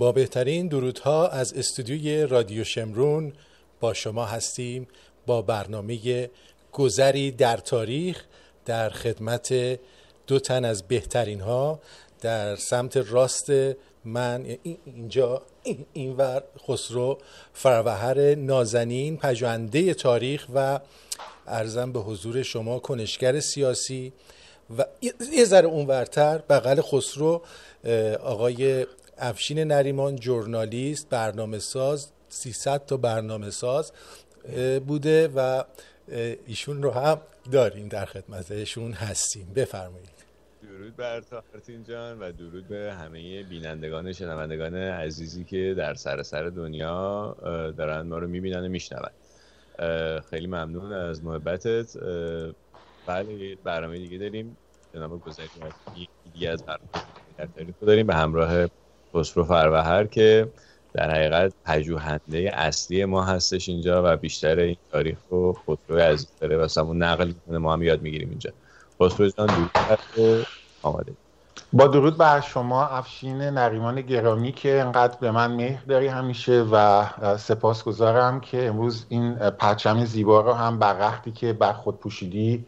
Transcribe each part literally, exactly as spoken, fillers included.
با بهترین درودها از استودیوی رادیو شمرون با شما هستیم با برنامه گذری در تاریخ در خدمت دو تن از بهترین ها. در سمت راست من اینجا اینور خسرو فروهر نازنین، پژوهنده تاریخ و عرضم به حضور شما کنشگر سیاسی، و یه ذره اونورتر بغل خسرو آقای افشین نریمان، ژورنالیست، برنامه ساز، سیصد تا برنامه ساز بوده و ایشون رو هم داریم، در خدمتشون هستیم. بفرمایید. درود بر آرتین جان و درود به همه بینندگان شنوندگان عزیزی که در سراسر دنیا دارن ما رو میبینن و میشنون. خیلی ممنون از محبتت. بله، برنامه دیگه داریم، جناب گذشته دیگه از برنامه در تاریخ داریم به همراه خسرو فروهر که در حقیقت پژوهنده اصلی ما هستش اینجا و بیشتر این تاریخ رو خسرو عزیز داره و همون نقل میکنه، ما هم یاد میگیریم اینجا. خسرو جان درود آماده. با درود بر شما افشین نریمان گرامی که انقدر به من مهر داری همیشه و سپاسگزارم که امروز این پرچم زیبا رو هم بر رختی که بر خود پوشیدی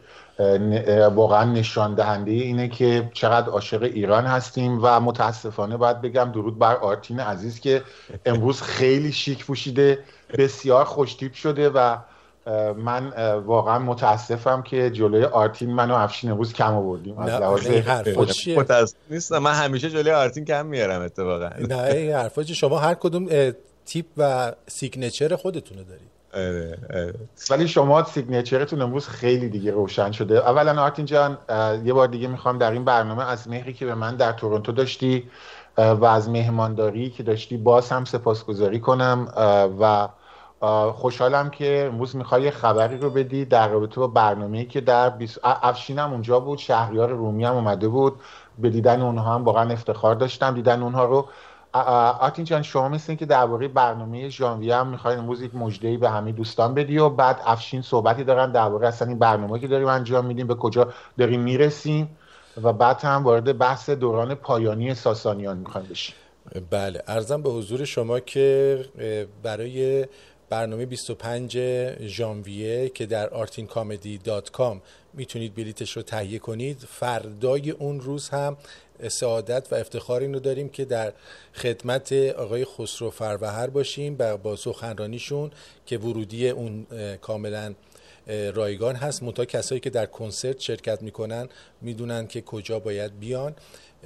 واقعا نشان دهنده اینه که چقدر عاشق ایران هستیم. و متاسفانه باید بگم درود بر آرتین عزیز که امروز خیلی شیک پوشیده، بسیار خوشتیپ شده و من واقعا متاسفم که جلوی آرتین من و افشین امروز کم آوردیم. از لحاظ حرفا چیه؟ متاسف نیستم، من همیشه جلوی آرتین کم میارم اتفاقا. نه این حرفا چیه؟ شما هر کدوم تیپ و سیگنچر خودتونو دارید. آره آره. ولی شما سیگنچرتون امروز خیلی دیگه روشن شده. اولا آرتین جان یه بار دیگه میخوام در این برنامه از مهری که به من در تورنتو داشتی و از مهمانداری که داشتی باز هم سپاسگزاری کنم و خوشحالم که امروز میخوای خبری رو بدی در رابطه با برنامه‌ای که در بیست... افشینم اونجا بود، شهریار رومی هم اومده بود، به دیدن اونها هم واقعا افتخار داشتم دیدن اونها رو. آرتین جان شما مثل این که درباره برنامه ژانویه هم میخواین امروز یک مژده‌ای به همه دوستان بدی و بعد افشین صحبتی دارن درباره اصلا این برنامه‌ای که داریم انجام میدیم به کجا داریم میرسیم و بعد هم وارد بحث دوران پایانی ساسانیان میخوایم بشیم. بله، عرضم به حضور شما که برای برنامه بیست و پنجم ژانویه که در آرتین کامدی دات کام میتونید بلیتش رو تهیه کنید، فردای اون روز هم سعادت و افتخار این رو داریم که در خدمت آقای خسرو فروهر باشیم با سخنرانیشون که ورودی اون کاملا رایگان هست، منتها کسایی که در کنسرت شرکت میکنن میدونن که کجا باید بیان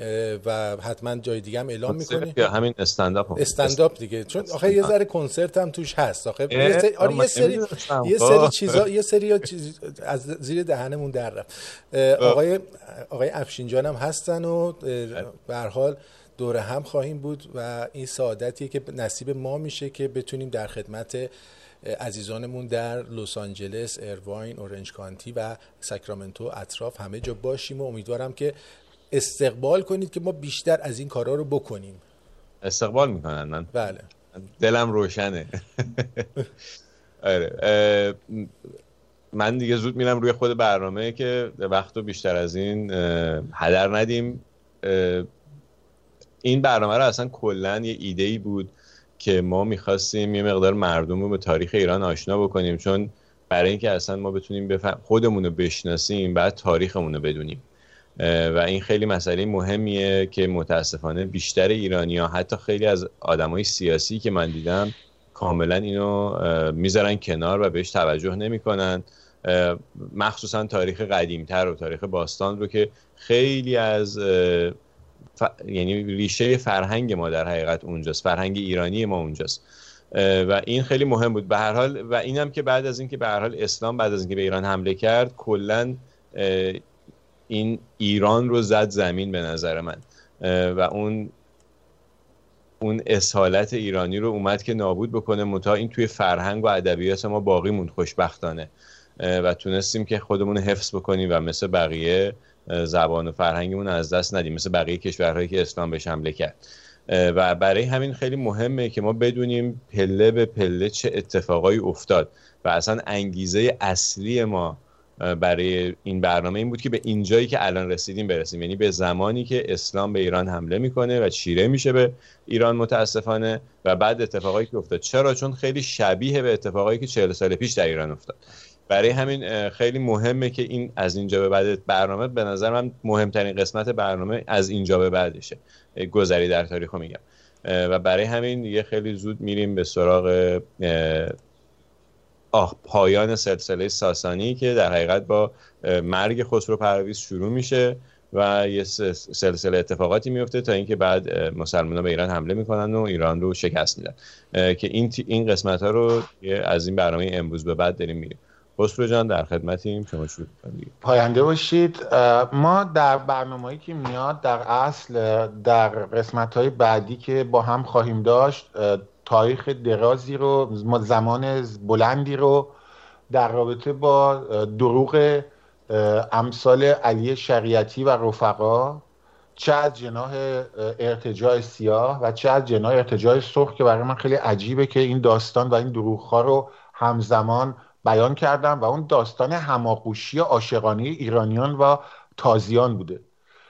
و حتما جای دیگه هم اعلام میکنی یا همین استنداپ استنداپ دیگه، چون آخه یه ذره کنسرت هم توش هست. آخه یه سری آره یه سری یه سری چیزا یه سری چیز از زیر دهنمون در رفت. آقای آقای افشین جان هم هستن و به هر حال دوره هم خواهیم بود و این سعادتیه که نصیب ما میشه که بتونیم در خدمت عزیزانمون در لس آنجلس، ایرواین، اورنج کانتی و ساکرامنتو اطراف همه جا باشیم و امیدوارم که استقبال کنید که ما بیشتر از این کارا رو بکنیم. استقبال میکنن، من بله دلم روشنه. آره من دیگه زود میرم روی خود برنامه که وقتو بیشتر از این هدر ندیم. این برنامه رو اصلا کلن یه ایده‌ای بود که ما میخواستیم یه مقدار مردم رو به تاریخ ایران آشنا بکنیم، چون برای اینکه اصلا ما بتونیم بفهم خودمون رو بشناسیم بعد تاریخمون رو بدونیم و این خیلی مسئله مهمیه که متاسفانه بیشتر ایرانی‌ها حتی خیلی از آدمای سیاسی که من دیدم کاملا اینو میذارن کنار و بهش توجه نمیکنن، مخصوصا تاریخ قدیمتر و تاریخ باستان رو که خیلی از ف... یعنی ریشه فرهنگ ما در حقیقت اونجاست، فرهنگ ایرانی ما اونجاست و این خیلی مهم بود. به هر حال و اینم که بعد از اینکه به هر حال اسلام بعد از اینکه به ایران حمله کرد کلا این ایران رو زد زمین به نظر من و اون اون اصالت ایرانی رو اومد که نابود بکنه، منتها این توی فرهنگ و ادبیات ما باقی موند خوشبختانه و تونستیم که خودمون رو حفظ بکنیم و مثل بقیه زبان و فرهنگمون از دست ندیم، مثل بقیه کشورهایی که اسلام بهش حمله کرد. و برای همین خیلی مهمه که ما بدونیم پله به پله چه اتفاقایی افتاد و اصلا انگیزه اصلی ما برای این برنامه این بود که به اینجایی که الان رسیدیم برسیم، یعنی به زمانی که اسلام به ایران حمله میکنه و چیره میشه به ایران متاسفانه، و بعد اتفاقایی که افتاد. چرا؟ چون خیلی شبیه به اتفاقایی که چهل سال پیش در ایران افتاد. برای همین خیلی مهمه که این از اینجا به بعد برنامه، به نظر من مهمترین قسمت برنامه از اینجا به بعدشه، گذری در تاریخ رو میگم، و برای همین دیگه خیلی زود میریم به سراغ آه پایان سلسله ساسانی که در حقیقت با مرگ خسرو پرویز شروع میشه و یه سلسله اتفاقاتی میفته تا اینکه بعد مسلمان‌ها به ایران حمله میکنن و ایران رو شکست میدن، که این این قسمت ها رو از این برنامه امروز به بعد داریم میریم. خسرو جان در خدمتیم، شما شروع کنید. پاینده باشید. ما در برنامه‌ای که میاد در اصل در قسمت‌های بعدی که با هم خواهیم داشت تاریخ درازی رو، زمان بلندی رو در رابطه با دروغ امثال علی شریعتی و رفقا، چه از جناح ارتجاع سیاه و چه از جناح ارتجاع سرخ، که برای من خیلی عجیبه که این داستان و این دروغ‌ها رو همزمان بیان کردم، و اون داستان هماغوشی عاشقانه ایرانیان و تازیان بوده.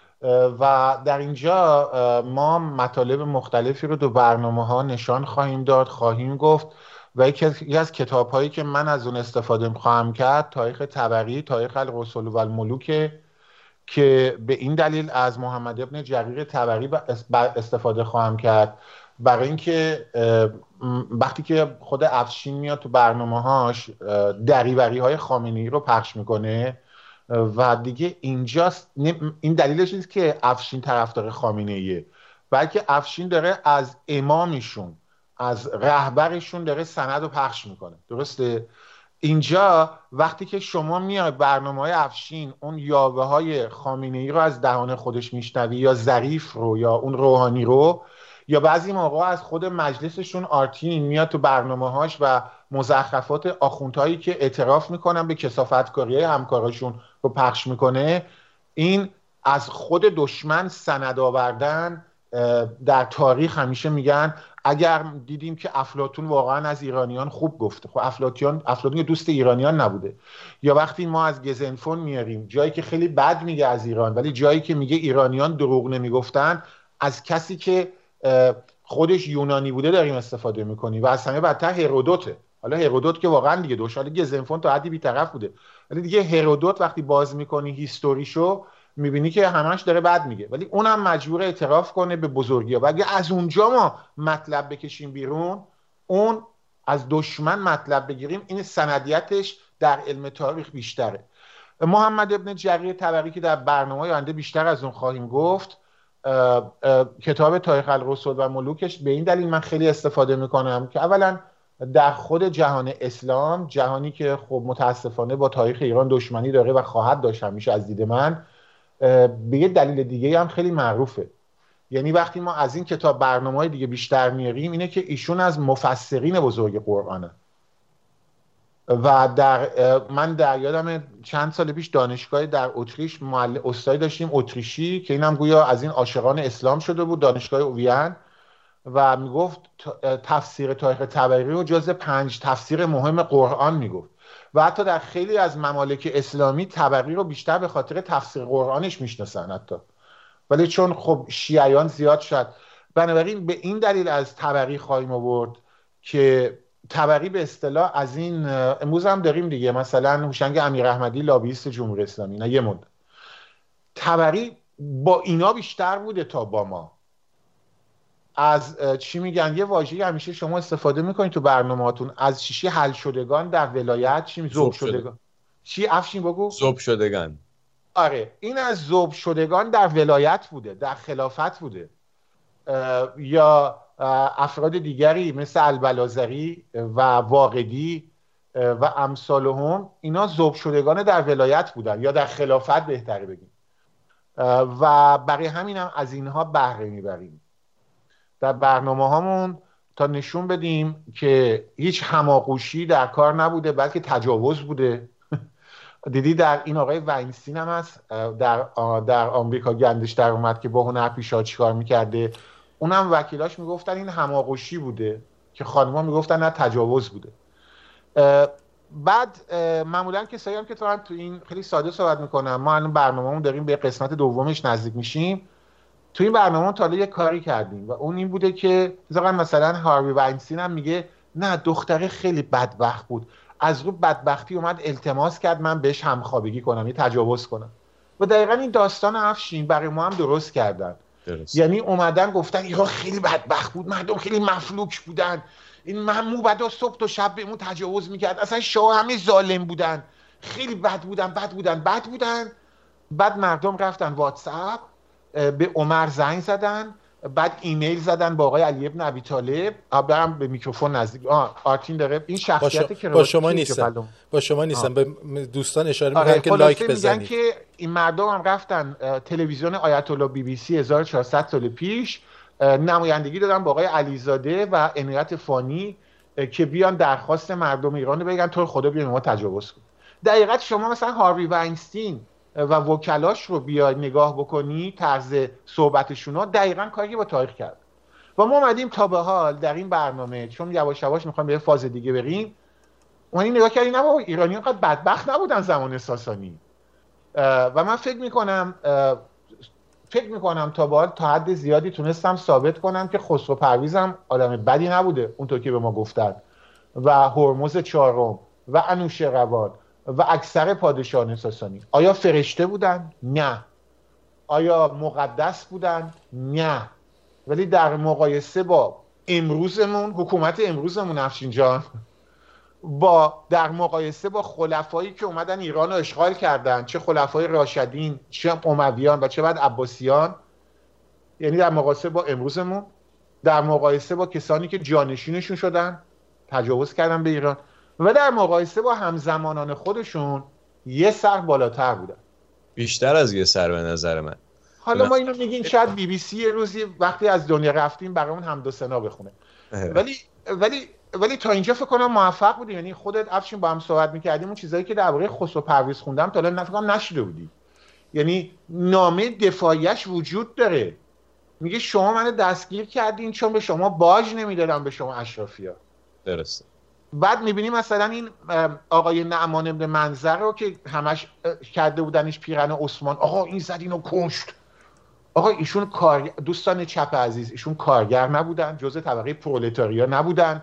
و در اینجا ما مطالب مختلفی رو دو برنامه ها نشان خواهیم داد، خواهیم گفت، و یکی از کتاب هایی که من از اون استفاده خواهم کرد تاریخ طبری، تاریخ الرسل و الملوک، که به این دلیل از محمد ابن جریر طبری استفاده خواهم کرد، برای اینکه وقتی که خود افشین میاد تو برنامه‌هاش دریوری های خامنه‌ای رو پخش میکنه و دیگه اینجاست، این دلیلش نیست که افشین طرفدار خامنه‌ایه، بلکه افشین داره از امامشون، از رهبرشون داره سند رو پخش میکنه. درسته؟ اینجا وقتی که شما میای برنامه‌های افشین اون یاوه های خامنه‌ای رو از دهان خودش میشنوی، یا ظریف رو یا اون روحانی رو، یا بعضی موقع از خود مجلسشون آرتین میاد تو برنامه‌هاش و مزخرفات آخوندهایی که اعتراف میکنن به کثافتکاری‌های همکاراشون رو پخش میکنه، این از خود دشمن سند آوردن. در تاریخ همیشه میگن اگر دیدیم که افلاطون واقعا از ایرانیان خوب گفته، خب افلاطون افلاطون دوست ایرانیان نبوده. یا وقتی ما از گزنفون میاریم جایی که خیلی بد میگه از ایران، ولی جایی که میگه ایرانیان دروغ نمیگفتن، از کسی که خودش یونانی بوده داریم استفاده میکنیم، و از همه بدتر هرودوته. حالا هرودوت که واقعا دیگه دوش، حالا گزنفون تا حدی بی‌طرف بوده، ولی دیگه هرودوت وقتی باز میکنی هیستوریشو میبینی که همش داره بد میگه، ولی اونم مجبور اعتراف کنه به بزرگی‌ها. و اگه از اونجا ما مطلب بکشیم بیرون، اون از دشمن مطلب بگیریم، این سندیتش در علم تاریخ بیشتره. محمد ابن جریر طبری که در برنامه آینده بیشتر از اون خواهیم گفت، اه اه کتاب تاریخ الرسل و ملوکش به این دلیل من خیلی استفاده میکنم که اولا در خود جهان اسلام، جهانی که خب متاسفانه با تاریخ ایران دشمنی داره و خواهد داشت همیشه از دید من، به یه دلیل دیگه هم خیلی معروفه. یعنی وقتی ما از این کتاب برنامه‌های دیگه بیشتر میاریم، اینه که ایشون از مفسرین بزرگ قرآنه. و در من در یادم چند سال پیش دانشگاه در اتریش معلم استادی داشتیم اتریشی که اینم گویا از این عاشقان اسلام شده بود، دانشگاه اوین، و میگفت تفسیر تاریخ طبری رو جز پنج تفسیر مهم قرآن میگفت، و حتی در خیلی از ممالک اسلامی طبری رو بیشتر به خاطر تفسیر قرآنش میشناسن حتی، ولی چون خب شیعیان زیاد شد، بنابراین به این دلیل از طبری خواهیم آورد که طبری به اصطلاح از این امروز هم داریم دیگه، مثلا هوشنگ امیراحمدی لابیست جمهوری اسلامی، نه یه مد طبری با اینا بیشتر بوده تا با ما. از چی میگن، یه واژه‌ای همیشه شما استفاده میکنید تو برنامه‌هاتون، از چیشی حل شدگان در ولایت، چی ذوب شدگان، چی افشین بگو؟ ذوب شدگان. آره، این از ذوب شدگان در ولایت بوده، در خلافت بوده. یا افراد دیگری مثل البلازری و واقدی و امثالهم، اینا ذوب شدگان در ولایت بودن یا در خلافت بهتره بگیم، و برای همین هم از اینها بهره میبریم در برنامه هامون تا نشون بدیم که هیچ هماغوشی در کار نبوده، بلکه تجاوز بوده. دیدی در این آقای واینستین هم هست، در در آمریکا گندش در اومد که با هنرپیشه‌ها چیکار میکرده، اونم وکیلاش میگفتن این هماغوشی بوده، که خانم‌ها میگفتن نه تجاوز بوده. بعد معمولا کسایی هم که تو هم تو این خیلی ساده صحبت میکنم، ما الان برنامه‌مون داریم به قسمت دومش نزدیک میشیم. تو این برنامه تا یه کاری کردیم و اون این بوده که مثلا هاروی واینستین هم میگه نه دختره خیلی بدبخت بود، از رو بدبختی اومد التماس کرد من بهش همخوابگی کنم، یه تجاوز کنم. و دقیقاً این داستان افشین برای ما هم درست کردن. درست. یعنی اومدن گفتن ایران خیلی بدبخت بود، مردم خیلی مفلوک بودن، این مامو بعد صبح تا شب به اون تجاوز میکرد، اصلا شاه همه ظالم بودن، خیلی بد بودن بد بودن بد بودن. بعد مردم رفتن واتساپ به عمر زنگ زدن، بعد ایمیل زدن با آقای علی ابن ابی طالب. برام به میکروفون نزدیک. آه آرتین داره این شخصیت که با شما نیستم با شما نیستم به دوستان اشاره می‌کنم آره. که لایک بزنید. میگن که این مردم هم رفتن تلویزیون آیت الله بی بی سی هزار و چهارصد سال پیش نمایندگی دادن با آقای علیزاده و عنایت فانی که بیان درخواست مردم ایران رو بگن تو خدا بیان ما تجاوز کن. دقیقاً شما مثلا هاروی واینستین و وکلاش رو بیای نگاه بکنی، طرز صحبتشون ها دقیقاً کاری با تاریخ کرد. و ما اومدیم تا به حال در این برنامه چون یواش یواش میخوایم به فاز دیگه بریم، اون نگاه کردیم نه بابا ایرانیان قد بدبخت نبودن زمان ساسانی. و من فکر میکنم فکر میکنم تا به حال تا حد زیادی تونستم ثابت کنم که خسرو پرویز هم آدم بدی نبوده اونطور که به ما گفتن، و هرمز چهارم و انوشیروان و اکثر پادشاهان ساسانی. آیا فرشته بودن؟ نه. آیا مقدس بودن؟ نه. ولی در مقایسه با امروزمون، حکومت امروزمون افشین جان، با در مقایسه با خلفایی که اومدن ایران رو اشغال کردن، چه خلفای راشدین، چه امویان و چه بعد عباسیان، یعنی در مقایسه با امروزمون، در مقایسه با کسانی که جانشینشون شدن، تجاوز کردن به ایران، و در مقایسه با همزمانان خودشون یه سر بالاتر بودن. بیشتر از یه سر به نظر من. حالا ما اینو میگیم شاید بی بی سی یه روزی وقتی از دنیا رفتیم برامون حمد و ثنا بخونه. ولی ولی ولی تا اینجا فکر کنم موفق بودی. یعنی خودت افشین با هم صحبت می‌کردیم اون چیزایی که درباره خسرو پرویز خوندم تا الان نفکرم نشیده بودی. یعنی نامه دفاعیش وجود داره، میگه شما منو دستگیر کردین چون به شما باج نمیدادم، به شما اشرافی‌ها. درسته. بعد میبینیم مثلا این آقای نعمان ابن منظر رو که همش کرده بودنش پیرن عثمان، آقا این زد اینو کشت. آقا ایشون کار دوستان چپ عزیز، ایشون کارگر نبودن، جزء طبقه پرولتاریا نبودن،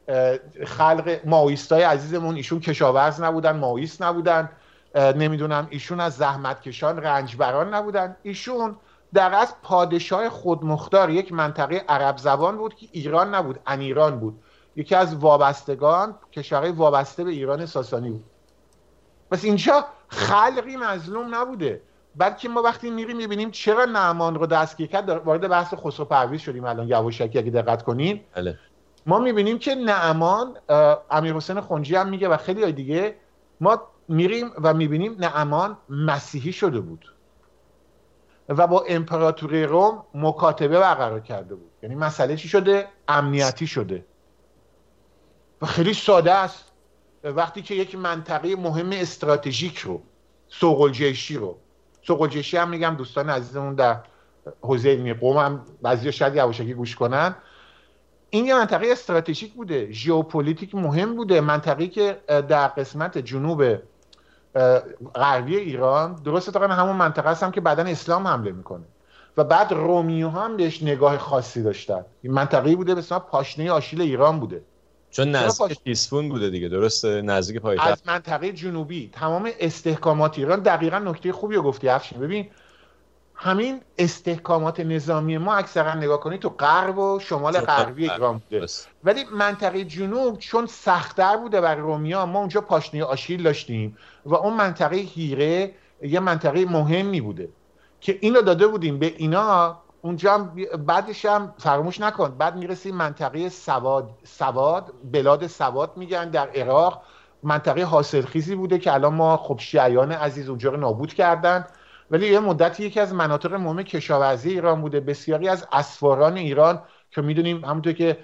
خلق ماویستای عزیزمون ایشون کشاورز نبودن، ماویست نبودن، نمیدونم ایشون از زحمتکشان رنجبران نبودن. ایشون در از پادشاه خودمختار یک منطقه عرب زبان بود که ایران نبود، انیران بود، یکی از وابستگان، کشورهای وابسته به ایران ساسانی بود. پس اینجا خلقی مظلوم نبوده. بلکه ما وقتی میریم میبینیم چرا نعمان رو دستگیر کرد، وارد بحث خسرو پرویز شدیم الان یواشکی اگه دقت کنین. بله. ما میبینیم که نعمان، امیر حسین خنجی هم میگه و خیلی های دیگه، ما میریم و میبینیم نعمان مسیحی شده بود و با امپراتوری روم مکاتبه برقرار کرده بود. یعنی مسئله چی شده؟ امنیتی شده. و خیلی ساده است. وقتی که یک منطقه مهم استراتژیک رو، سوق‌الجیشی رو، سوق‌الجیشی هم میگم دوستان عزیزمون در حوزه علمی قم هم بعضی شاید یواشکی گوش کنن، این یه منطقه استراتژیک بوده، ژئوپلیتیک مهم بوده، منطقه‌ای که در قسمت جنوب غربی ایران، درسته تا همون منطقه است هم که بعدن اسلام حمله میکنه و بعد رومیوها هم بهش نگاه خاصی داشتن. این منطقه‌ای بوده به اسم پاشنه آشیل ایران بوده، چون نزدیک تیسفون بوده دیگه، درسته؟ نزدیک پایتخت. از منطقه جنوبی تمام استحکامات ایران، دقیقاً نکته خوبی رو گفتی افشین. ببین همین استحکامات نظامی ما اکثرا نگاه کنید تو غرب و شمال غربی ایران بوده، ولی منطقه جنوب چون سخت‌تر بوده برای رومیا، ما اونجا پاشنه آشیل داشتیم و اون منطقه هیره یه منطقه مهمی بوده که اینو داده بودیم به اینا. اونجا هم بعدش هم فراموش نکن بعد میرسیم منطقه سواد، سواد بلاد سواد میگن در عراق، منطقه حاصلخیزی بوده که الان ما خب شیعیان عزیز اونجا رو نابود کردن، ولی یه مدتی یکی از مناطق مهم کشاورزی ایران بوده. بسیاری از اسواران ایران که میدونیم همونطور که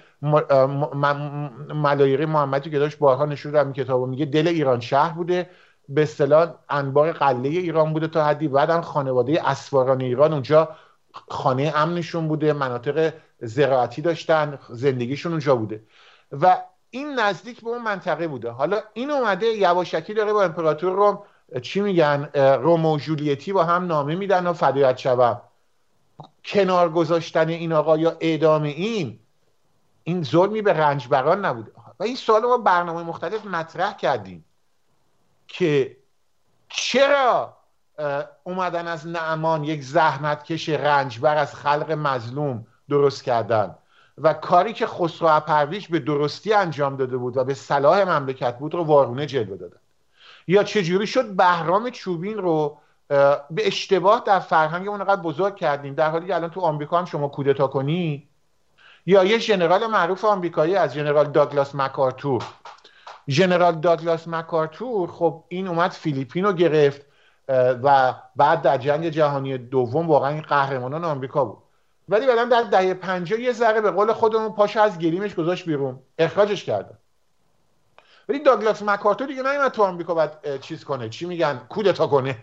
ملایری محمدی که داشت بارها نشون داد این کتابو میگه دل ایران شهر بوده، به اصطلاح انبار قله ایران بوده تا حدی. بعدم خانواده اسواران ایران اونجا خانه امنشون بوده، مناطق زراعتی داشتن، زندگیشون اونجا بوده. و این نزدیک به اون منطقه بوده. حالا این اومده یواشکی داره با امپراتور روم چی میگن، رومو و جولیتی با هم نامه میدن و فدایت شوم. کنار گذاشتن این آقا یا اعدام این این ظلمی به رنجبران نبوده. و این سوال ما برنامه مختلف مطرح کردیم که چرا اومدن از نعمان یک زحمتکش رنجبر از خلق مظلوم درست کردن و کاری که خسرو اپرویش به درستی انجام داده بود و به صلاح مملکت بود رو وارونه جلوه دادن. یا چجوری شد بهرام چوبین رو به اشتباه در فرهنگمون انقدر بزرگ کردیم، در حالی که الان تو آمریکا هم شما کودتا کنی. یا یه ژنرال معروف آمریکایی از ژنرال داگلاس مکارتور. ژنرال داگلاس مکارتور خب این اومد فیلیپین رو گرفت و بعد در جنگ جهانی دوم واقعا این قهرمانان آمریکا بود، ولی بعدم در دهه پنجاه یه ذره به قول خودمون پاشو از گلیمش گذاشت بیرون، اخراجش کردن. ولی داگلاس مکارتور دیگه نمیاد تو آمریکا بعد چیز کنه، چی میگن، کودتا کنه.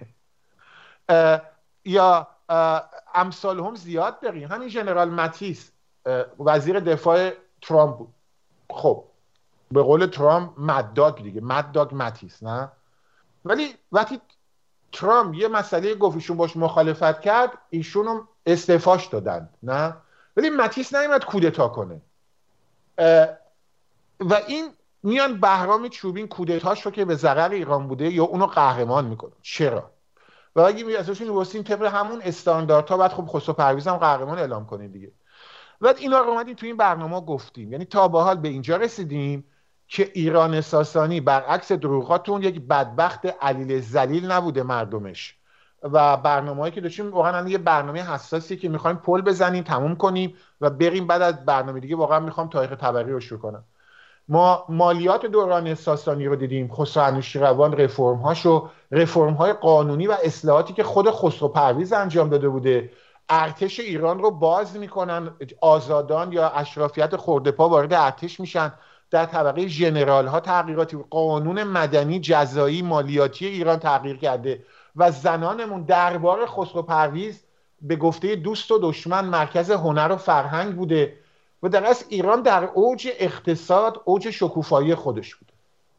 یا امثال هم زیاد داریم. همین ژنرال ماتیس وزیر دفاع ترامپ بود. خب به قول ترامپ مدداگ دیگه، مدداگ ماتیس، نه؟ ولی وقتی ترامپ یه مسئله گفت ایشون باش مخالفت کرد، ایشونو استعفاش دادن، نه؟ ولی ماتیس نمیاد کودتا کنه. و این میان بهرام چوبین کودتاش رو که به ضرر ایران بوده یا اونو قهرمان میکنه. چرا؟ و اگه ازشون می‌پرسیم طبق همون استانداردها بعد خب خسرو پرویز هم قهرمان اعلام کنین دیگه. بعد اینا رو اومدیم تو این برنامه گفتیم، یعنی تا به حال به اینجا رسیدیم که ایران ساسانی برعکس دروغاتون یک بدبخت علیل ذلیل نبوده مردمش. و برنامه‌ای که داشتیم واقعا یه برنامه حساسیه که می‌خوایم پل بزنیم تموم کنیم و بریم. بعد از برنامه دیگه واقعا می‌خوام تاریخ تبری رو شروع کنم. ما مالیات دوران ساسانی رو دیدیم، خسرو انوشیروان رفرم‌هاشو، رفرم‌های قانونی و اصلاحاتی که خود خسرو پرویز انجام داده بوده. ارتش ایران رو باز میکنن، آزادان یا اشرافیت خرده‌پا وارد ارتش میشن. در طبقه ژنرال ها تغییراتی، قانون مدنی جزایی مالیاتی ایران تغییر کرده و زنانمون دربار خسرو پرویز به گفته دوست و دشمن مرکز هنر و فرهنگ بوده و در اصل ایران در اوج اقتصاد، اوج شکوفایی خودش بوده.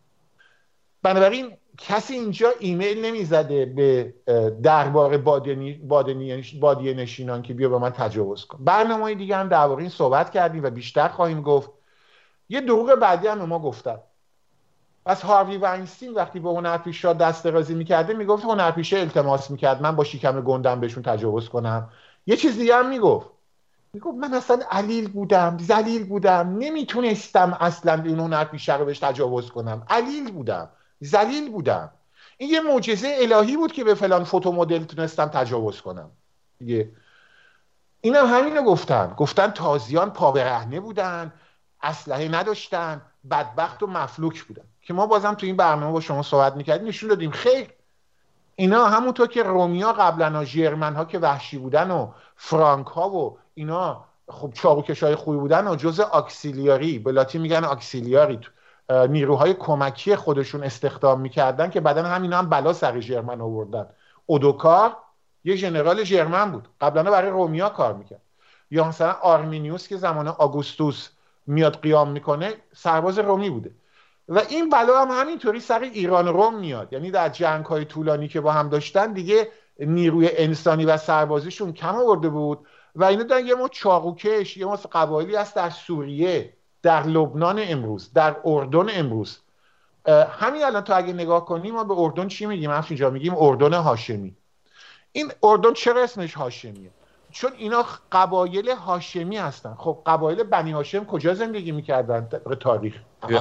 بنابراین کسی اینجا ایمیل نمیزده به دربار بادیه بادیه بادیه نشینان که بیا به من تجاوز کن. برنامه‌های دیگه هم درباره این صحبت کردیم و بیشتر خواهیم گفت. یه دروغ بعدی هم به ما گفتن. پس هاروی واینستین وقتی به هنرپیشه‌ها دست درازی می‌کرده میگفت هنرپیشه التماس می‌کرد من با شکم گندم بهشون تجاوز کنم. یه چیز دیگه هم میگفت. میگفت من اصلا علیل بودم، ذلیل بودم، نمیتونستم اصلا این هنرپیشه رو بهش تجاوز کنم. علیل بودم، ذلیل بودم. این یه معجزه الهی بود که به فلان فوتو مدل تونستم تجاوز کنم. دیگه اینم همینو گفتن. گفتن تازیان پا برهنه بودن، اسلحه نداشتن، بدبخت و مفلوک بودن. که ما بازم تو این برنامه با شما صحبت میکردیم نشون دادیم خیر، اینا همونطور که رومیا قبلا ژرمن ها که وحشی بودن و فرانک ها و اینا خب چاقوکشای خوبی بودن و جزء اکسیلیاری، به لاتین میگن اکسیلیاری، نیروهای کمکی خودشون استخدام میکردن که بعدن همینا هم بلا سر ژرمن آوردن. اودوکار یه ژنرال ژرمن بود، قبلا برای رومیا کار میکرد. یا مثلا آرمینیوس که زمان آگوستوس میاد قیام میکنه سرباز رومی بوده. و این بلا هم همینطوری سر ایران و روم میاد. یعنی در جنگ‌های طولانی که با هم داشتن دیگه نیروی انسانی و سربازیشون کم آورده بود و اینا دارن یه مو چاقوکش، یه مو قبایلی هست در سوریه، در لبنان امروز، در اردن امروز. همین الان تو اگه نگاه کنیم ما به اردن چی میگیم؟ افشین جان میگیم اردن هاشمی. این اردن چرا اسمش هاشمیه؟ چون اینا قبایل هاشمی هستن. خب قبایل بنی هاشم کجا زندگی میکردن در تاریخ؟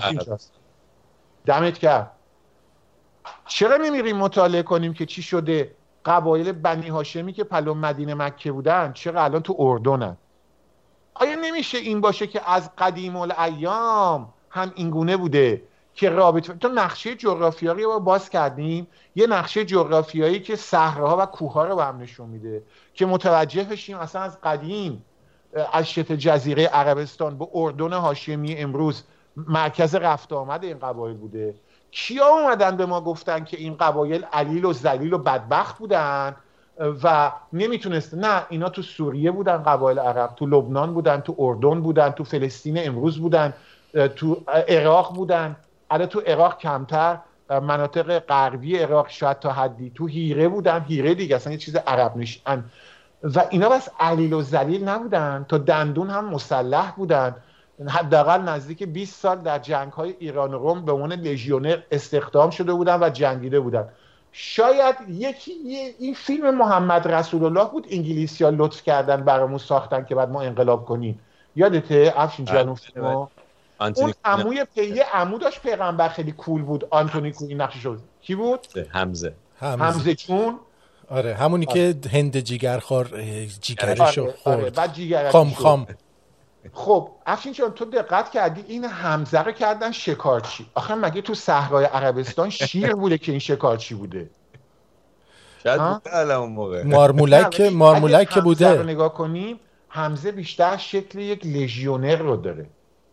دمت کرد. چرا نمیریم مطالعه کنیم که چی شده؟ قبایل بنی هاشمی که پلو مدینه مکه بودن چرا الان تو اردنن؟ آیا نمیشه این باشه که از قدیم الایام هم اینگونه بوده که رابطه؟ تو نقشه جغرافیایی رو باز کردیم، یه نقشه جغرافیایی که صحراها و کوه‌ها رو با هم نشون میده که متوجه بشیم اصلا از قدیم از شبه جزیره عربستان به اردن هاشمی امروز مرکز رفت آمد این قبایل بوده. کیا اومدن به ما گفتن که این قبایل علیل و ذلیل و بدبخت بودن و نمیتونست؟ نه، اینا تو سوریه بودن، قبایل عرب تو لبنان بودن، تو اردن بودن، تو فلسطین امروز بودن، تو عراق بودن، الان تو عراق کمتر، مناطق غربی عراق شاید تا حدی، تو هیره بودن، هیره دیگه اصلا یه چیز عرب نشین، و اینا بس علیل و ذلیل نبودن، تا دندون هم مسلح بودن، حداقل نزدیک بیست سال در جنگ‌های ایران و روم به عنوان لژیونر استخدام شده بودن و جنگیده بودن. شاید یکی این فیلم محمد رسول الله بود انگلیسی‌ها لطف کردن برامون ساختن که بعد ما انقلاب کنیم، یادته افشین جان؟ اون عموی پیه عمو داشت پیغمبر خیلی کول بود، آنتونی کوین نقشش شد. کی بود؟ حمزه. حمزه چون آره همونی آره. که هند جیگرخوار جیگرشو آره. خورد. آره. بعد جیگرش خام خام. خب افشین جان تو دقت کردی این حمزه رو کردن شکارچی. آخه مگه تو صحرای عربستان شیر بوده که این شکارچی بوده؟ شاید بوده الان اون موقع. مارمولک مارمولک بوده. اگه رو نگاه کنیم حمزه بیشتر شکل یک لژیونر رو داره.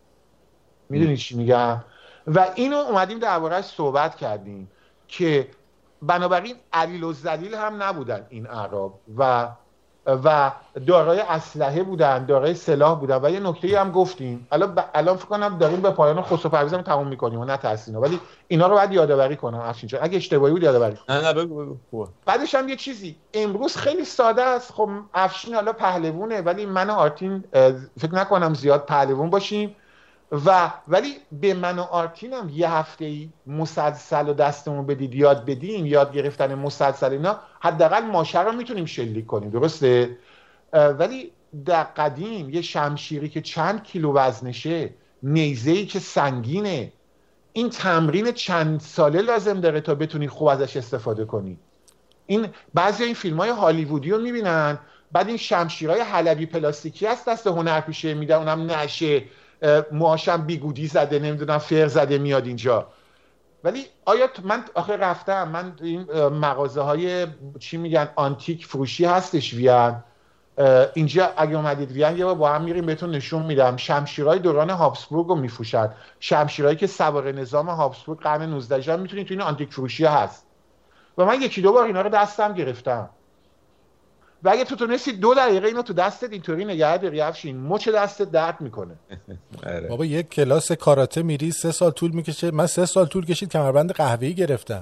میدونی چی میگم؟ و اینو اومدیم درباره‌اش صحبت کردیم که بنابراین علیل و ذلیل هم نبودن این اعراب و و دارای اسلحه بودن، دارای سلاح بودن. و یه نکته‌ای هم گفتیم، الان ب... الان فکر کنم داریم به پایان خسرو پرویزم تموم می‌کنیم و نه تحسینا، ولی اینا رو باید یادآوری کنم افشین جان، اگه اشتباهی بود یادآوری کنم. نه نه بگو بگو. بعدش هم یه چیزی امروز خیلی ساده است. خب افشین حالا پهلوونه ولی من و آرتین فکر نکنم زیاد پهلوون باشیم، و ولی به من و آرتین هم یه هفته‌ای مسلسل و دستمون بدید یاد بدیم، یاد گرفتن مسلسل اینا، حداقل ماشه رو میتونیم شلیک کنیم، درسته؟ ولی در قدیم یه شمشیری که چند کیلو وزنشه، نیزه‌ای که سنگینه، این تمرین چند ساله لازم داره تا بتونی خوب ازش استفاده کنی. این بعضی این فیلم‌های هالیوودی رو میبینن، بعد این شمشیرهای حلبی پلاستیکی هست دست هنرپیشه میدن، اونم نشه، موهاشم بیگودی زده، نمیدونم فر زده میاد اینجا. ولی آیا من آخه رفتم، من این مغازه های چی میگن آنتیک فروشی هستش وین اینجا، اگه اومدید وین یه بار با هم میریم بهتون نشون میدم. شمشیرهای دوران هابسبورگ رو میفروشن، شمشیرهایی که سوار نظام هابسبورگ قرن نوزدهم هم میتونید تو این آنتیک فروشی هست. و من یکی دو بار اینا رو دستم گرفتم. و اگه تو تونستی دو دقیقه اینو تو دستت اینطوری نگه داری افشین، مچ دستت درد میکنه. بابا یک کلاس کاراته میری سه سال طول میکشه، من سه سال طول کشید کمربند قهوه‌ای گرفتم.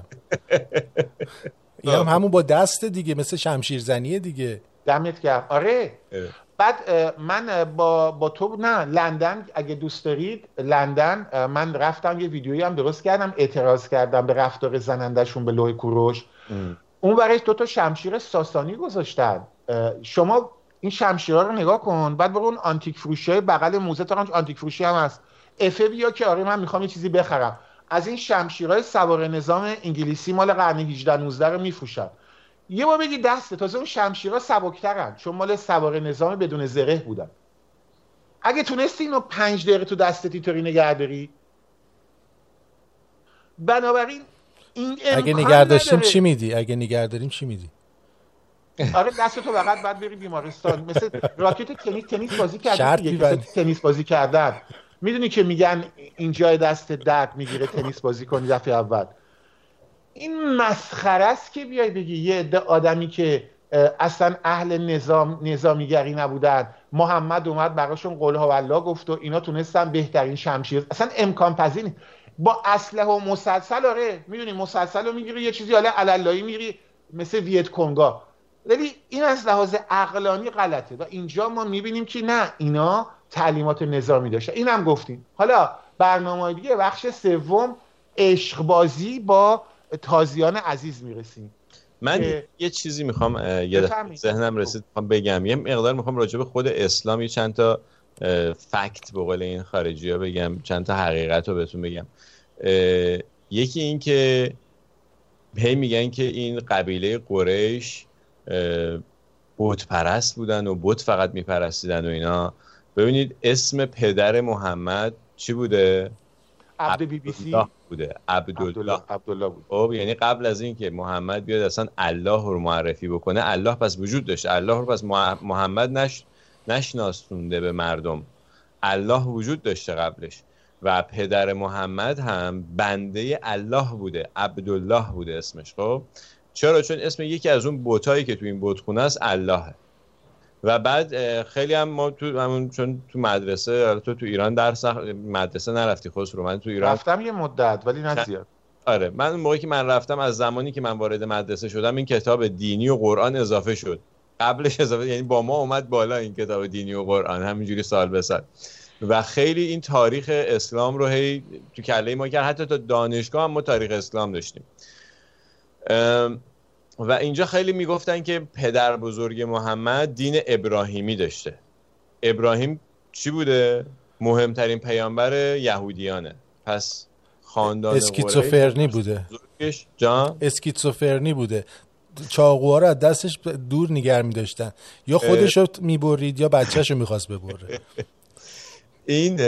این هم همون با دست دیگه، مثل شمشیر زنیه دیگه. دمت گرم. آره. بعد من با با تو نه لندن اگه دوست دارید لندن من رفتم یه ویدیویی هم درست کردم، اعتراض کردم به رفتار زننده‌شون به لوح کوروش. ام. اون برایش دو تا شمشیر ساسانی گذاشتن. شما این شمشیرها رو نگاه کن، بعد برو اون آنتیک فروشی بغل موزه، تا آنتیک فروشی هم هست، افه بیا که آره من میخوام یه چیزی بخرم، از این شمشیرهای سوار نظام انگلیسی مال قرن هجده نوزده رو میفروشن. یه بار بگی دست، تازه اون شمشیرها سبکترن چون مال سوار نظام بدون زره بودن. اگه تونستی اینو پنج دقیقه تو دستت اینطوری نگه داری، بنابراین این اگه نگه داشتیم چی میدی؟ اگه نگه داریم چی میدی؟ آره دستتو فقط بعد بری بیمارستان، مثل راکت تنیس تنیس بازی کردن، تنیس بازی کردن میدونی که میگن اینجای دست درد میگیره تنیس بازی کنی دفعه اول. این مسخره است که بیای بگی یه عده آدمی که اصلا اهل نظام نظامیگری نبودن، محمد اومد براشون قل هو الله گفت و اینا تونستن بهترین شمشیر، اصلا امکان پذیر نیست. با اسلحه و مسلسل، آره میدونی مسلسل رو میگیری یه چیزی حالا علالایی میگیری مثل ویت کنگا، ولی این از لحاظ عقلانی غلطه. و اینجا ما میبینیم که نه، اینا تعلیمات نظامی داشتن. اینم گفتیم. حالا برنامه دیگه بخش سوم عشق بازی با تازیان عزیز میرسیم. من اه... یه چیزی میخوام یه ذهنم رسید میخوام بگم، یه مقدار میخوام راجع به خود اسلام یه چند تا فکت به قول این خارجی ها بگم، چند تا حقیقت رو بهتون بگم. یکی این که هی میگن که این قبیله قریش بت پرست بودن و بت فقط میپرستیدن و اینا. ببینید اسم پدر محمد چی بوده؟ عبد بی بی سی بوده، عبدالله عبدالله بود. خب یعنی قبل از این که محمد بیاد اصلا الله رو معرفی بکنه، الله پس وجود داشته، الله رو پس محمد نش نشناسونده به مردم، الله وجود داشته قبلش. و پدر محمد هم بنده الله بوده، عبدالله بوده اسمش. خب چرا؟ چون اسم یکی از اون بتایی که تو این بتخونه است اللهه. و بعد خیلی هم ما تو همون چون تو مدرسه تو تو ایران درس مدرسه نرفتی خسرو، من تو ایران رفتم یه مدت ولی نه زیاد. آره من اون موقعی که من رفتم، از زمانی که من وارد مدرسه شدم این کتاب دینی و قرآن اضافه شد، قبلش اضافه، یعنی با ما اومد بالا این کتاب دینی و قرآن همینجوری سال به سال و خیلی این تاریخ اسلام رو هی تو کله ما کرد. حتی تا دانشگاه هم ما تاریخ اسلام داشتیم و اینجا خیلی میگفتن که پدر بزرگ محمد دین ابراهیمی داشته. ابراهیم چی بوده؟ مهمترین پیامبر یهودیانه. پس خاندان اسکیزوفرنی بوده. جان اسکیزوفرنی بوده. چاقوها رو از دستش دور نگه می‌داشتن، یا خودش رو میبرید یا بچه‌شو می‌خواست ببره. این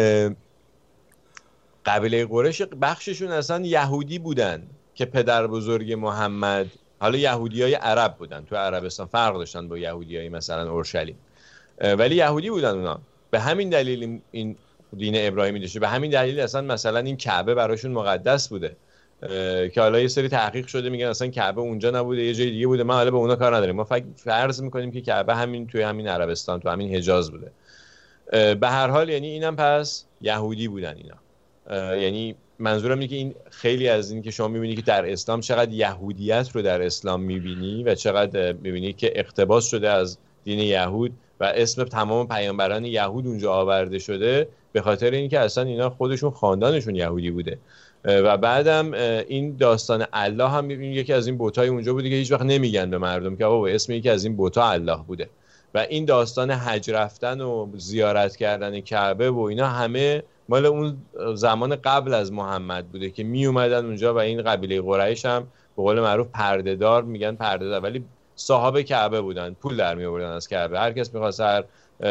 قبیله قریش بخششون اصلا یهودی بودن که پدر بزرگ محمد، حالا یهودیای عرب بودن، تو عربستان فرق داشتن با یهودیای مثلا اورشلیم، ولی یهودی بودن اونا. به همین دلیل این دین ابراهیمی داشته، به همین دلیل اصلا مثلا این کعبه براشون مقدس بوده که حالا یه سری تحقیق شده میگن اصلا کعبه اونجا نبوده، یه جای دیگه بوده. ما حالا به اونا کار نداریم، ما فقط فرض میکنیم که کعبه همین توی همین عربستان، تو همین حجاز بوده. به هر حال یعنی اینم پس یهودی بودن اینا. یعنی منظورم اینه که این خیلی از این که شما میبینی که در اسلام چقدر یهودیت رو در اسلام میبینی و چقدر میبینی که اقتباس شده از دین یهود و اسم تمام پیامبران یهود اونجا آورده شده، به خاطر اینکه اصلا اینا خودشون خاندانشون یهودی بوده. و بعدم این داستان الله هم میبینیم یکی از این بت‌های اونجا بوده که هیچ وقت نمیگن به مردم که آقا اسم یکی از این بت‌ها الله بوده. و این داستان حج رفتن و زیارت کردن کعبه و اینا همه مال اون زمان قبل از محمد بوده که می اومدن اونجا و این قبیله قریش هم به قول معروف پردهدار، میگن پردهدار، ولی صاحب کعبه بودن، پول در می آوردن از کعبه. هر کس می‌خواست هر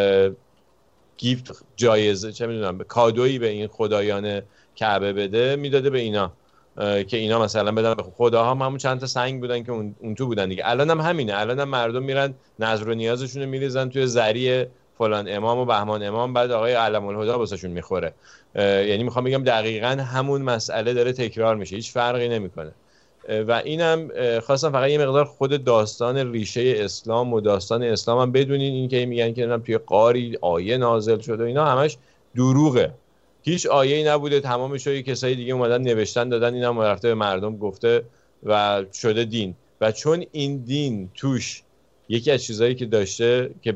گیفت، جایزه، چه میدونم، کادویی به این خدایان کعبه بده میداده به اینا که اینا مثلا بدن به خداها. هم همون چند تا سنگ بودن که اون, اون تو بودن دیگه. الان هم همینه، الان هم مردم میرن نظر و نیازشون رو میریزن توی زری فلان امام و بهمان امام، بعد آقای علم الهدی واسهشون میخوره. یعنی میخوام بگم دقیقاً همون مسئله داره تکرار میشه، هیچ فرقی نمیکنه. و اینم خواستم فقط یه مقدار خود داستان ریشه اسلام و داستان اسلام هم بدونین. این که میگن که توی قاری آیه نازل شده، اینا همش دروغه. هیچ آیه‌ای نبوده، تمامش رو کسای دیگه اومدن نوشتن دادن، اینم رفته به مردم گفته و شده دین. و چون این دین توش یکی از چیزایی که داشته که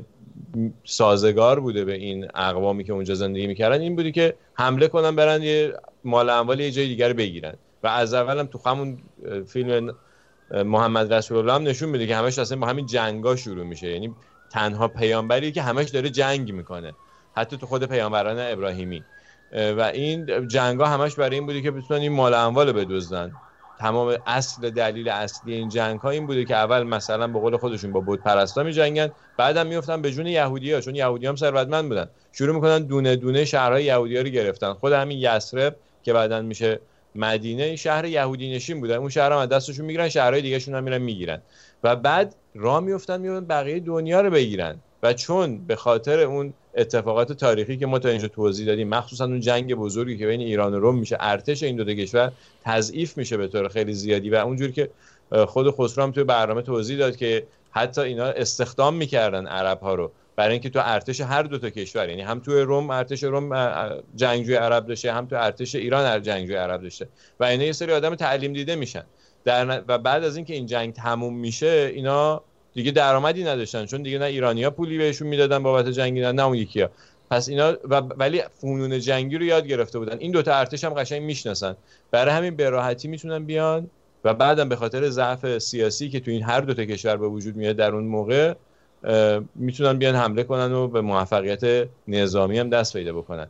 سازگار بوده به این اقوامی که اونجا زندگی میکردن، این بودی که حمله کنن برن یه مال اموال یه جای دیگر بگیرن. و از اولم تو همون فیلم محمد رسول الله هم نشون میده که همش اصلا با همین جنگا شروع میشه. یعنی تنها پیامبری که همش داره جنگ میکنه، حتی تو خود پیامبران ابراهیمی. و این جنگا همش برای این بوده که بتونن این مال اموال بدزدن. تمام اصل دلیل اصلی این جنگ ها این بوده که اول مثلا به قول خودشون با بت پرستا می جنگن، بعدم میافتن به جون یهودی‌ها، چون یهودی هم ثروتمند بودن، شروع میکنن دونه دونه شهرهای یهودی‌ها رو گرفتن. خود همین یثرب که بعداً میشه مدینه، شهر یهودی نشین بوده، اون شهر هم از دستشون میگیرن، شهرهای دیگه شون هم میرن میگیرن و بعد راه میافتن میون بقیه دنیا رو بگیرن. و چون به خاطر اون اتفاقات تاریخی که ما تا اینجا توضیح دادیم، مخصوصا اون جنگ بزرگی که بین ایران و روم میشه، ارتش این دو تا کشور تضعیف میشه به طور خیلی زیادی. و اونجوری که خود خسرو هم توی برنامه توضیح داد که حتی اینا استخدام میکردن عرب ها رو برای اینکه تو ارتش هر دو تا کشور، یعنی هم توی روم ارتش روم جنگجوی عرب داشته، هم تو ارتش ایران جنگجوی عرب داشته و اینا یه سری آدم تعلیم دیده میشن در و بعد از اینکه این جنگ تموم میشه اینا دیگه درآمدی نداشتن، چون دیگه نه ایرانی‌ها پولی بهشون میدادن بابت جنگیدن نه اون یکی‌ها. پس اینا و ولی فنون جنگی رو یاد گرفته بودن. این دو تا ارتش هم قشنگ میشناسن، برای همین به راحتی میتونن بیان و بعدم به خاطر ضعف سیاسی که تو این هر دو تا کشور به وجود میاد در اون موقع میتونن بیان حمله کنن و به موفقیت نظامی هم دست پیدا بکنن.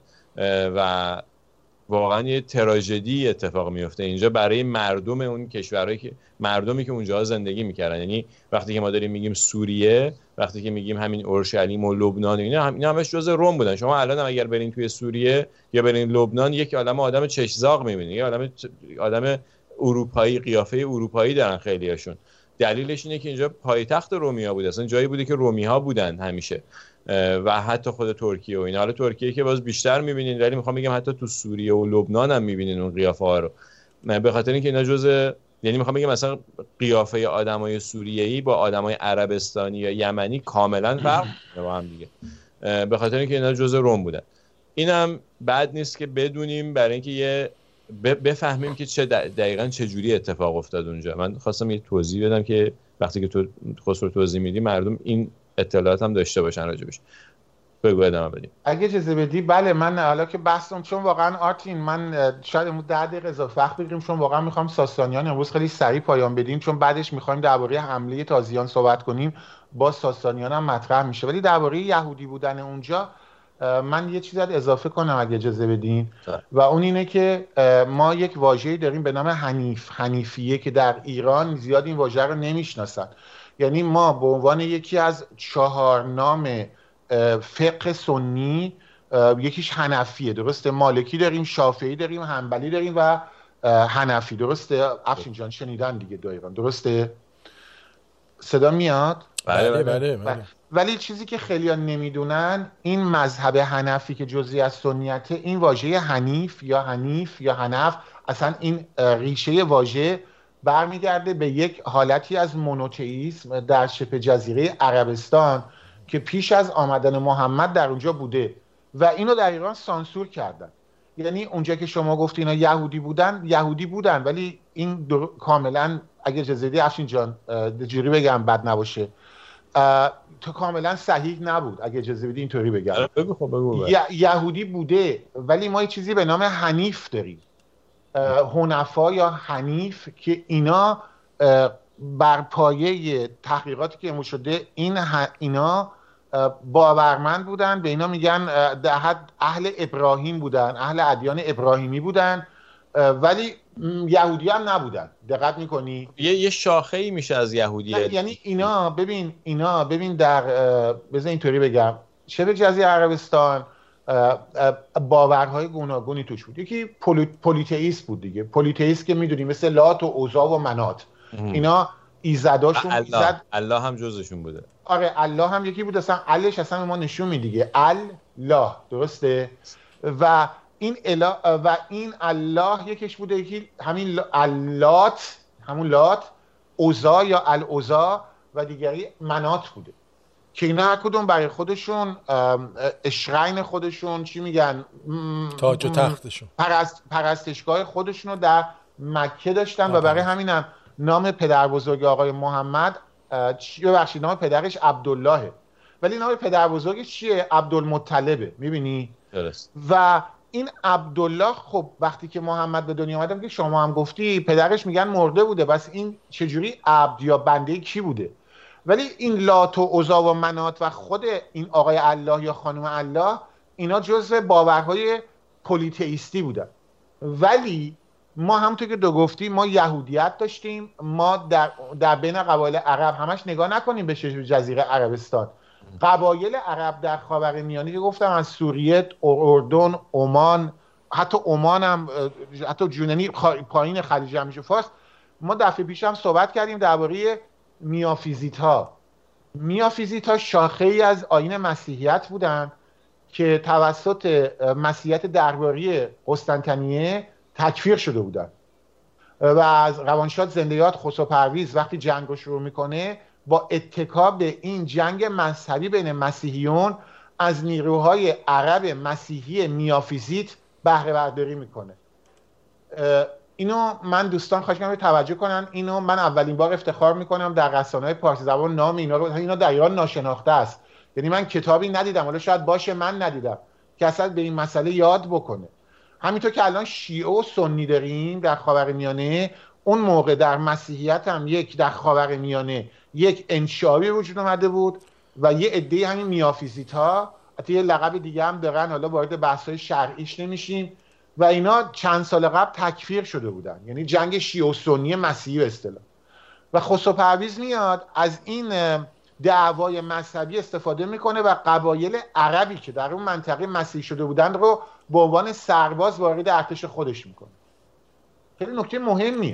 و واقعا یه تراژدی اتفاق میفته اینجا برای مردم اون کشورهایی که مردمی که اونجا زندگی میکردن. یعنی وقتی که ما داریم میگیم سوریه، وقتی که میگیم همین اورشلیم و لبنان، اینا هم اینا همش جزء روم بودن. شما الان هم اگر برین توی سوریه یا برین لبنان، یک عالمه آدم چشزاق میبینید، یک عالمه آدم اروپایی، قیافه اروپایی دارن خیلیاشون. دلیلش اینه که اینجا پایتخت رومیا بود، اصلا جایی بوده که رومی‌ها بودن همیشه و حتی خود ترکیه و اینا. حالا ترکیه که باز بیشتر می‌بینین، ولی میخوام بگم حتی تو سوریه و لبنان هم می‌بینین اون قیافه‌ها رو، به خاطر اینکه اینا جزء یعنی میخوام بگم مثلا قیافه آدمای سوریه‌ای با آدمای عربستانی یا یمنی کاملا فرق با هم دیگه، به خاطر اینکه اینا جزء روم بودن. اینم بد نیست که بدونیم برای اینکه یه بفهمیم که چه دقیقاً چه جوری اتفاق افتاد اونجا. من خواستم یه توضیح بدم که وقتی که تو خسرو توضیح میدی مردم این اطلاعات هم داشته باشن راجبش. بگو ادامه بدیم. اگه اجازه بدی. بله من حالا که بحثم، چون واقعا آرتین من شاید امروز ده دقیقه اضافه وقت بگیریم، چون واقعا میخوام ساسانیان امروز خیلی سریع پایان بدیم، چون بعدش میخوایم درباره حمله تازیان صحبت کنیم، با ساسانیان هم مطرح میشه. ولی درباره یهودی بودن اونجا من یه چیز اضافه کنم اگه اجازه بدین، و اون اینه که ما یک واژه‌ای داریم به نام حنیف، حنیفیه، که در ایران زیاد این واژه رو نمیشناسن. یعنی ما به عنوان یکی از چهار نام فقه سنی یکیش حنفیه، درسته؟ مالکی داریم، شافعی داریم، حنبلی داریم و حنفی، درسته؟ افشین جان شنیدن دیگه دایران، درسته؟ صدا میاد؟ بله بله بله. ولی چیزی که خیلی‌ها نمیدونن، این مذهب حنفی که جزئی از سنیته، این واژه حنیف یا حنیف یا حنف، اصلا این ریشه واژه برمیگرده به یک حالتی از مونوتئیسم در شبه جزیره عربستان که پیش از آمدن محمد در اونجا بوده و اینو در ایران سانسور کردن. یعنی اونجا که شما گفتی اینا یهودی بودن، یهودی بودن، ولی این کاملا اگه اجازه بدی افشین جان جوری بگم بد نباشه، تو کاملا صحیح نبود اگه اجازه بدی اینطوری بگم. بگو خب بگو. یهودی بوده، ولی ما یه چیزی به نام حنیف داریم، حنفا یا حنیف، که اینا بر پایه تحقیقاتی که امروز شده این اینا باورمند بودن، به اینا میگن اهل ابراهیم بودن، اهل ادیان ابراهیمی بودن، ولی یهودی هم نبودن. دقت میکنی؟ یه یه شاخه‌ای میشه از یهودیه. یعنی اینا ببین اینا ببین در بذار اینطوری بگم، شبه جزیره عربستان باورهای گوناگونی توش بود. یکی پلیتئیست بود دیگه، پلیتئیست که میدونی مثل لات و عزا و منات، اینا ایزداشون الله. ایزد... الله هم جزشون بوده. آره الله هم یکی بود، اصلا علش اصلا ما نشون میدیگه الله، درسته؟ و این اله و این الله یکیش بوده، یکی همین اللات، همون لات، عزا یا العزا، و دیگری منات بوده، که اینا هر کدوم برای خودشون اشرین خودشون چی میگن، تاج و تختشون، پرست، پرستشگاه خودشون رو در مکه داشتن. آه. و برای همینم نام پدر بزرگ آقای محمد ببخشید نام پدرش عبداللهه، ولی نام پدر بزرگش چیه؟ عبدالمطلبه. میبینی؟ درست. و این عبدالله خب وقتی که محمد به دنیا اومد، که شما هم گفتی پدرش میگن مرده بوده، بس این چجوری عبد یا بنده کی بوده؟ ولی این لات و عزا و منات و خود این آقای الله یا خانم الله، اینا جزء باورهای پلیتئیستی بودن. ولی ما همونطور که دو گفتی ما یهودیت داشتیم. ما در, در بین قبایل عرب همش نگاه نکنیم به شبه جزیره عربستان، قبایل عرب در خاورمیانه که گفتم از سوریه، اردن، عمان، حتی عمان هم، حتی جنوبی پایین خلیج همیشه فارس. ما دفعه پیش هم صحبت کردیم درباره میافیزیت ها. میافیزیت ها شاخه ای از آیین مسیحیت بودن که توسط مسیحیت درباری قسطنطنیه تکفیر شده بودن و از روانشاد زنده یاد خسرو پرویز وقتی جنگ رو شروع میکنه، با اتکا به این جنگ مذهبی بین مسیحیون از نیروهای عرب مسیحی میافیزیت بهره برداری میکنه. اینو من دوستان خواهش می‌کنم توجه کنن، اینو من اولین بار افتخار میکنم در رسانه‌های پارسی زبان نام اینا رو، اینا در ایران ناشناخته است. یعنی من کتابی ندیدم، حالا شاید باشه من ندیدم که اصلا به این مسئله یاد بکنه. همینطور که الان شیعه و سنی داریم در خاورمیانه، اون موقع در مسیحیت هم یک در خاورمیانه یک انشابی وجود اومده بود و یه عده همین میافیزیت ها، حتی یه لقب دیگه هم دارن، حالا وارد بحث‌های شرعیش نمیشیم، و اینا چند سال قبل تکفیر شده بودن. یعنی جنگ شیعه و سنی مسیحی به اصطلاح. و خسرو پرویز میاد از این دعوای مذهبی استفاده میکنه و قبایل عربی که در اون منطقه مسیحی شده بودن رو به عنوان سرباز وارد ارتش خودش میکنه. خیلی نکته مهمیه.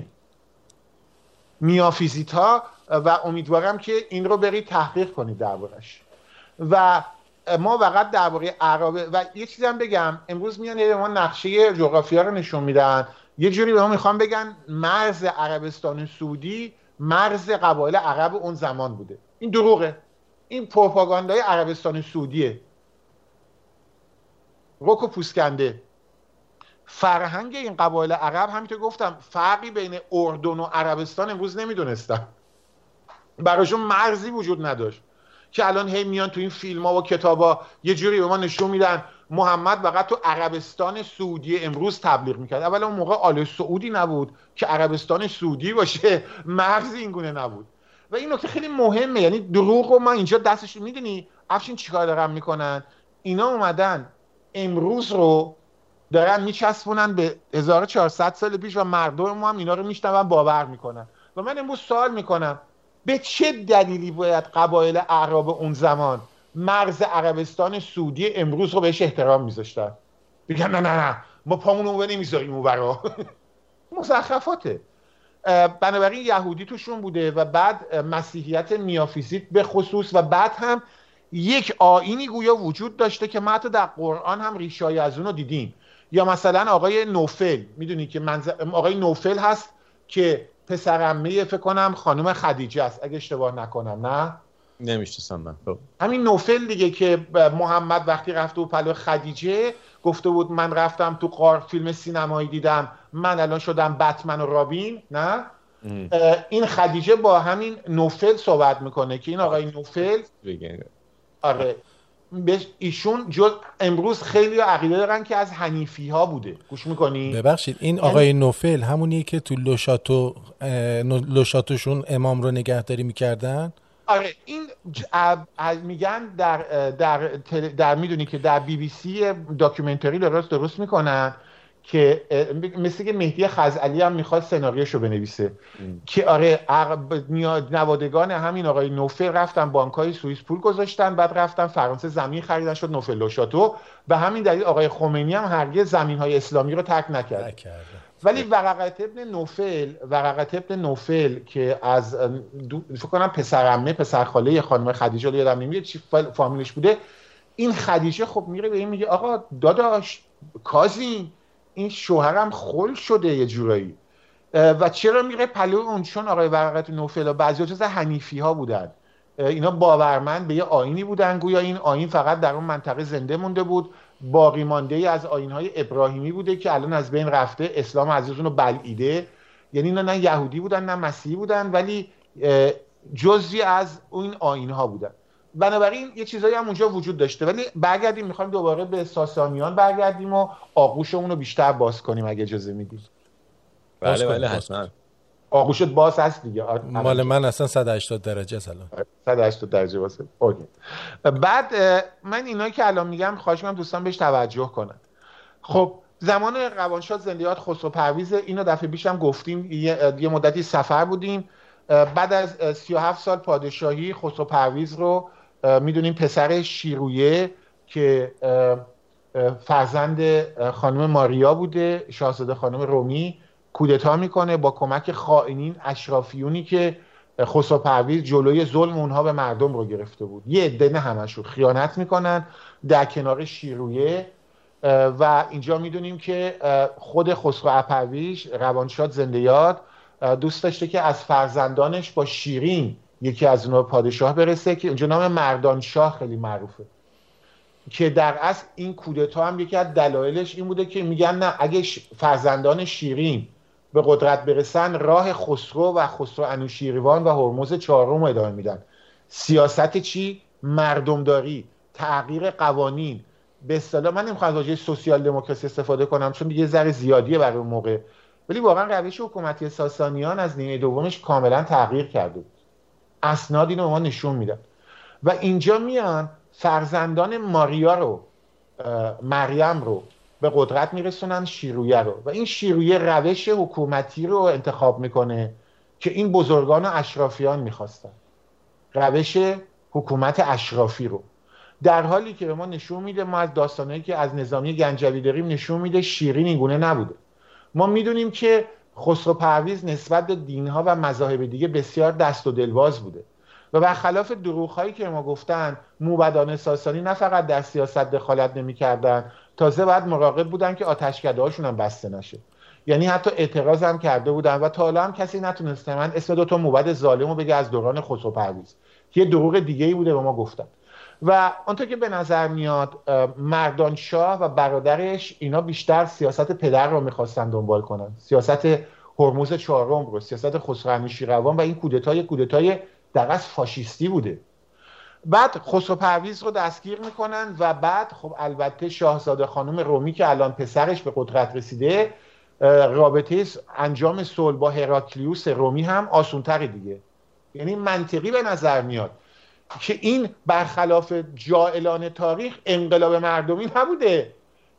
میافیزیت ها، و امیدوارم که این رو برید تحقیق کنید دربارش. و ما فقط درباره عرب. و یه چیزی هم بگم، امروز میان به ما نقشه جغرافیا رو نشون میدن یه جوری به ما میخوام بگن مرز عربستان سعودی مرز قبایل عرب اون زمان بوده. این دروغه، این پروپاگاندای عربستان سعودیه، رک و پوسکنده. فرهنگ این قبایل عرب همینطور گفتم فرقی بین اردن و عربستان امروز نمیدونستن، براشون مرزی وجود نداشت که الان هی میان تو این فیلم ها و کتاب ها یه جوری به ما نشون میدن محمد فقط تو عربستان سعودی امروز تبلیغ میکرد. اولا اون موقع آل سعودی نبود که عربستان سعودی باشه، مرزی اینگونه نبود. و این نکته خیلی مهمه، یعنی دروغ رو ما اینجا دستش میدونی افشین چیکار دارن میکنن؟ اینا اومدن امروز رو دارن میچسبونن به هزار و چهارصد سال پیش و مردم ما هم اینا رو میشنون باور میکنن. و من امروز سوال میکنم به چه دلیلی باید قبایل اعراب اون زمان مرز عربستان سعودی امروز رو بهش احترام میذاشتن؟ بگن نه نه نه ما پامونو به نمیذاریم اون برا. مزخرفاته. بنابراین یهودی توشون بوده و بعد مسیحیت میافیزیت به خصوص و بعد هم یک آیینی گویا وجود داشته که ما حتی در قرآن هم ریشای از اون رو دیدیم. یا مثلا آقای نوفل، میدونی که منظر آقای نوفل هست که پسر عمه فکر کنم خانم خدیجه است اگه اشتباه نکنم، نه؟ نمیشناسم من. خب همین نوفل دیگه که محمد وقتی رفته بود پلو خدیجه گفته بود من رفتم تو قار فیلم سینمایی دیدم من الان شدم بتمن و رابین، نه؟ این خدیجه با همین نوفل صحبت میکنه که این آقای نوفل آره ایشون جز امروز خیلی عقیده دارن که از حنیفی ها بوده. گوش میکنی؟ ببخشید این آقای نوفل همونیه که تو لوشاتو لوشاتوشون امام رو نگهداری میکردن؟ آره این میگن در در در میدونی که در بی بی سی داکیومنتری درست درست میکنن که مثل که مهدی خزعلی هم میخواد سناریوشو بنویسه ام. که آره نوادگان همین آقای نوفل رفتن بانکای سوئیس پول گذاشتن، بعد رفتن فرانسه زمین خریدن شد نوفل لوشاتو. به همین دلیل آقای خمینی هم هرگز زمین‌های اسلامی رو ترک نکرد. نکرده. ولی ورقت ابن نوفل ورقت ابن نوفل که از فکر کنم پسر عمه پسر خاله خانم خدیجه رو یادم نمیاد چی فامیلش بوده، این خدیجه خب میره به این میگه آقا داداش کاظم این شوهرم خل شده یه جورایی و چرا میره پلو اون؟ چون آقای ورقت نوفل و بعضی جز حنیفی ها بودن، اینا باورمند به یه آیینی بودن، گویا این آیین فقط در اون منطقه زنده مونده بود، باقی مانده ای از آیین‌های ابراهیمی بوده که الان از بین رفته، اسلام عزیزون رو بلعیده. یعنی اینا نه یهودی بودن نه مسیحی بودن ولی جزئی از اون آیین‌ها بودن. بنابراین یه چیزایی هم اونجا وجود داشته. ولی برگردیم میخوایم دوباره به ساسانیان برگردیم و آغوشمون رو بیشتر باز کنیم اگه اجازه میدید. بله بله حتما. آغوشت باز هست دیگه. مال من اصلا صد و هشتاد درجه الان. صد و هشتاد درجه واسه. اوکی. بعد من اینا که الان میگم خواهش می‌کنم دوستان بهش توجه کنن. خب زمان قوانشاه زندیات خسرو پرویز اینو دفعه پیشم گفتیم، یه, یه مدتی سفر بودیم. بعد از سی و هفت سال پادشاهی خسرو پرویز رو میدونیم پسر شیرویه که فرزند خانم ماریا بوده، شاهزاده خانم رومی، کودتا میکنه با کمک خائنین اشرافیونی که خسرو پرویز جلوی ظلم اونها به مردم رو گرفته بود. یه عده نه همشون خیانت میکنن در کنار شیرویه و اینجا میدونیم که خود خسرو اپرویش روانشاد زندیات دوست داشته که از فرزندانش با شیرین یکی از اونها پادشاه برسه که اونجا نام مردانشاه خیلی معروفه، که در اصل این کودتا هم یکی از دلایلش این بوده که میگن نه اگه فرزندان شیرین به قدرت برسن راه خسرو و خسرو انوشیروان و هرمز چهارم رو ادامه میدن. سیاست چی؟ مردمداری، تغییر قوانین. به اصطلاح من نمیخوام از واژه سوسیال دموکراسی استفاده کنم چون دیگه ذره زیادیه برای اون موقع، ولی واقعا روش حکومتی ساسانیان از نیمه دومش کاملا تغییر کرده. اسناد اینو به ما نشون میدن و اینجا میان فرزندان ماریا رو مریم رو به قدرت میرسونن شیرویه رو و این شیرویه روش حکومتی رو انتخاب میکنه که این بزرگان و اشرافیان میخواستن، روش حکومت اشرافی رو، در حالی که به ما نشون میده، ما از داستانهایی که از نظامی گنجوی داریم نشون میده شیرین اینگونه نبوده. ما میدونیم که خسرو پرویز نسبت به دینها و مذاهب دیگه بسیار دست و دلباز بوده و برخلاف دروغ‌هایی که ما گفتن موبدان ساسانی نه فقط در سیاست دخالت نمی‌کردن، تازه بعد مراقب بودن که آتشکده‌هاشون هم بسته نشه. یعنی حتی اعتراض هم کرده بودن و تا حالا هم کسی نتونسته من اسم دو تا موبد ظالمو بگه از دوران خسرو پرویز. یه دروغ دیگه ای بوده به ما گفتن. و اونطور که به نظر میاد مردانشاه و برادرش اینا بیشتر سیاست پدر رو میخواستن دنبال کنن، سیاست هرمز چهارم رو، سیاست خسرو انوشیروان، و این کودتای کودتای در اصل فاشیستی بوده. بعد خسرو پرویز رو دستگیر میکنن و بعد خب البته شاهزاده خانم رومی که الان پسرش به قدرت رسیده، رابطه انجام صلح با هراکلیوس رومی هم آسونتره دیگه. یعنی منطقی به نظر میاد که این برخلاف جاهلان تاریخ انقلاب مردمی نبوده.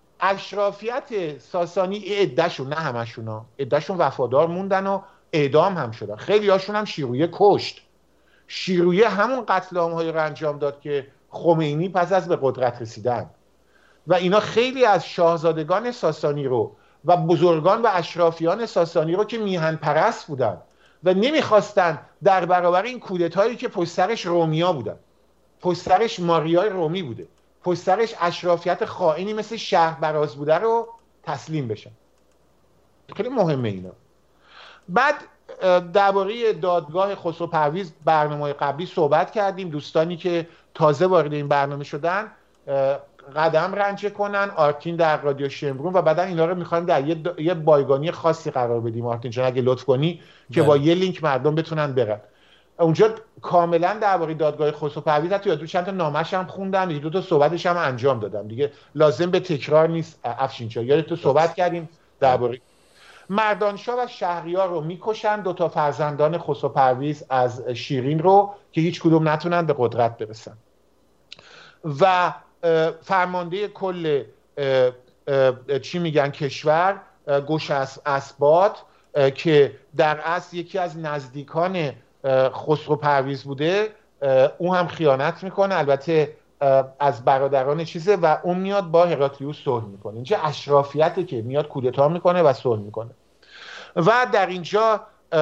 اشرافیت ساسانی عدهشون، نه همشون، عدهشون وفادار موندن و اعدام هم شدن. خیلی هاشون هم شیرویه کشت. شیرویه همون قتل عام‌هایی رو انجام داد که خمینی پس از به قدرت رسیدن. و اینا خیلی از شاهزادگان ساسانی رو و بزرگان و اشرافیان ساسانی رو که میهن پرست بودن و نمیخواستن در برابر این کودتایی که پشت سرش رومیا بودن، پشت سرش ماریای رومی بوده، پشت سرش اشرافیت خائنی مثل شهربراز بوده رو تسلیم بشن. خیلی مهمه اینا. بعد درباره دادگاه خسرو پرویز برنامه قبلی صحبت کردیم. دوستانی که تازه وارد این برنامه شدن قدم رنجه کنن آرتین در رادیو شمرون و بعدا اینا رو میخوایم در یه, یه بایگانی خاصی قرار بدیم. آرتین جان اگه لطف کنی که با یه لینک مردم بتونن برن اونجا. کاملا درباره دادگاه خسرو پرویز تو یادم چند تا نامش هم خوندم، یه دو تا صحبتش هم انجام دادم دیگه، لازم به تکرار نیست. افشین جان یادت تو صحبت کردیم درباره مردانشاه و شهریار رو میکشن، دو تا فرزندان خسرو پرویز از شیرین رو که هیچ کدوم نتونن به قدرت برسن. و فرمانده کل چی میگن کشور گوش اسبات که در اصل یکی از نزدیکان خسرو پرویز بوده، اون هم خیانت میکنه. البته از برادران چیزه و اون میاد با هراکلیوس صلح میکنه. اینجا اشرافیته که میاد کودتا میکنه و صلح میکنه. و در اینجا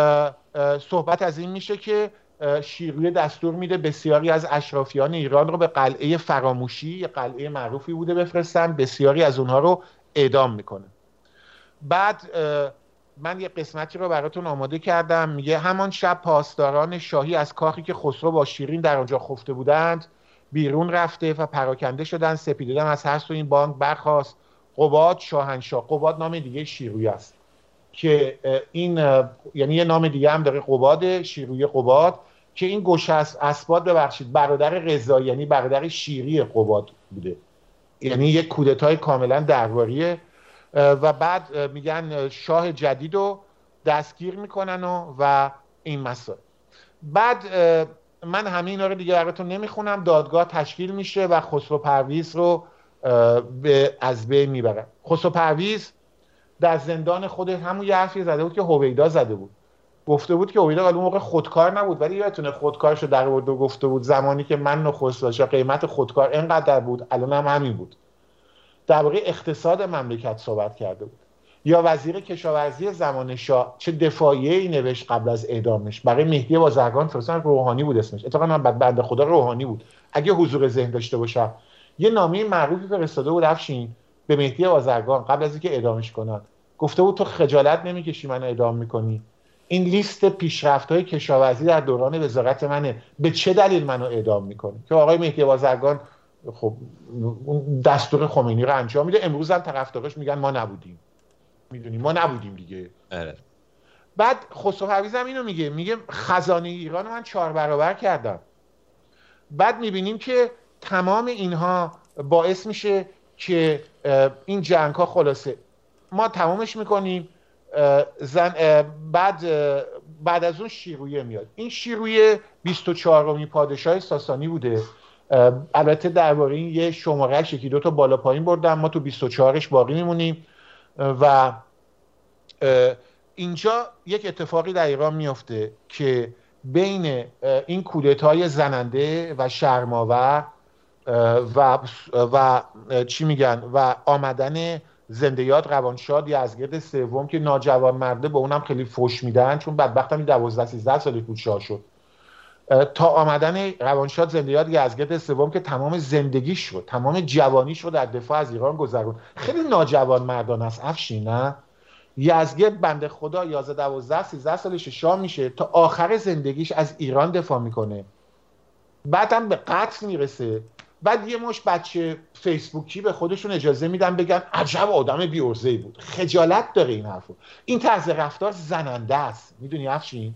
صحبت از این میشه که شیرویه دستور میده بسیاری از اشرافیان ایران رو به قلعه فراموشی، یه قلعه معروفی بوده، بفرستن. بسیاری از اونها رو اعدام میکنه. بعد من یه قسمتی رو براتون آماده کردم. میگه همان شب پاسداران شاهی از کاخی که خسرو با شیرین در آنجا خفته بودند بیرون رفته و پراکنده شدن. سپیده‌دم از هر سو این بانگ برخاست. قباد شاهنشاه، قباد نام دیگه شیرویه است که این یعنی یه نام دیگه هم داره قباد، شیرویه قباد، که این گوش اسباد ببخشید برادر رضا یعنی برادر شیری قباد بوده. یعنی یک کودتای کاملا درباریه. و بعد میگن شاه جدید رو دستگیر میکنن و, و این مسائل. بعد من همه اینا رو دیگه براتون نمیخونم. دادگاه تشکیل میشه و خسرو پرویز رو به از بین میبرن. خسرو پرویز در زندان خودش همون یه حرفی زده بود که هویدا زده بود. گفته بود که هویدا اون موقع خودکار نبود، ولی یادتونه خودکارش رو در آورد و گفته بود زمانی که من نخست وزیر قیمت خودکار اینقدر بود، الان هم همین بود. درباره اقتصاد مملکت صحبت کرده بود. یا وزیر کشاورزی زمان شاه چه دفاعیه‌ای نوشت قبل از اعدامش برای مهدی بازرگان، فرستادن روحانی بود اسمش. اتفاقا من بنده خدا روحانی بود اگه حضور ذهن داشته باشم. یه نامه معروفی فرستاده بود افشین به مهدی بازرگان قبل از اینکه اعدامش کنن. گفته بود تو خجالت نمیکشی منو اعدام میکنی؟ این لیست پیشرفت‌های کشاورزی در دوران وزارت منه، به چه دلیل منو اعدام میکنی؟ که آقای مهدی بازرگان خب اون دستور خمینی رو انجام میده. امروز هم طرفداراش میگن ما نبودیم. میدونیم ما نبودیم دیگه. اره. بعد خسرو پرویز هم اینو میگه، میگه خزانه ایران رو من چهار برابر کردم. بعد میبینیم که تمام اینها باعث میشه که این جنگ ها خلاصه ما تمامش میکنیم. زن بعد بعد از اون شیرویه میاد. این شیرویه بیست و چهارمین پادشاه ساسانی بوده. البته درباره این یه شماره‌اش یکی دو تا بالا پایین بردم، ما تو بیست و چهارش باقی میمونیم. و اینجا یک اتفاقی در ایران میفته که بین این کودتای زننده و شرم‌آور و و چی میگن و آمدن زنده یاد روانشاد یزدگرد سوم که ناجوان مرده، به اونم خیلی فوش میدن چون بدبختم دوازده سیزده سالش بود شاه شد، تا آمدن روانشاد زنده یاد یزدگرد سوم که تمام زندگیش رو، تمام جوانیش رو در دفاع از ایران گذرون. خیلی ناجوان مردان است افشین، نه؟ یزگرد بنده خدا یازده دوازده سیزده سالش شاه میشه، تا آخر زندگیش از ایران دفاع میکنه، بعدم به قتل میرسه. بعد یه مش بچه فیسبوکی به خودشون اجازه میدن بگن عجب آدم بی‌عرضه‌ای بود. خجالت داره این حرفو. این طرز رفتار زننده است، میدونی افشین؟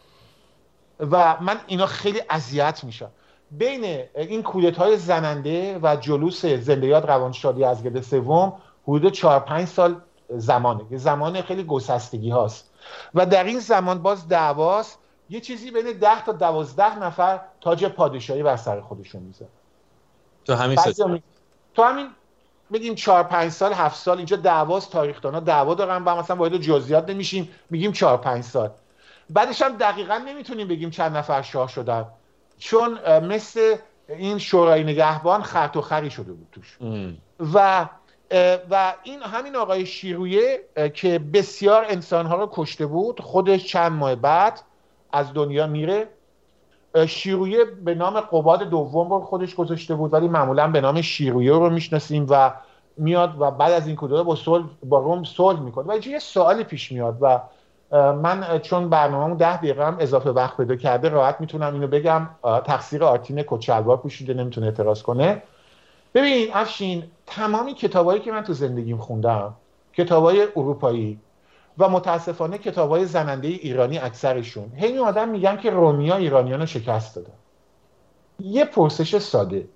و من اینا خیلی اذیت میشم. بین این کودتای زننده و جلوس زنده یاد روانشادی یزگرد سوم حدود چهار پنج سال زمانه که زمان خیلی گسستگی هاست و در این زمان باز دعواست. یه چیزی بین ده تا دوازده نفر تاج پادشاهی بر سر خودشون میذارن. تو همین می... تو همین بگیم چهار پنج سال هفت سال اینجا دعواست، تاریخ‌دانا دعوا دارن با مثلا وارد جزئیات نمیشیم، میگیم چهار پنج سال. بعدش هم دقیقاً نمیتونیم بگیم چند نفر شاه شدن، چون مثل این شورای نگهبان خرط و خری شده بود توش. ام. و و این همین آقای شیرویه که بسیار انسانها رو کشته بود، خودش چند ماه بعد از دنیا میره. شیرویه به نام قباد دوم رو خودش گذاشته بود، ولی معمولا به نام شیرویه رو میشناسیم و میاد و بعد از این کودتا با صلح با روم صلح میکنه. و اینجا یه سوالی پیش میاد و من چون برنامه‌مون ده دقیقه هم اضافه وقت پیدا کرده راحت میتونم اینو بگم، تقصیر آرتین کچلوار پوشیده نمیتونه اعتراض کنه. ببین افشین، تمامی کتابایی که من تو زندگیم خوندم، کتابای اروپایی و متاسفانه کتابای زننده ایرانی اکثرشون، هی آدم میگن که رومیا ایرانیان رو شکست دادن. یه پرسش ساده،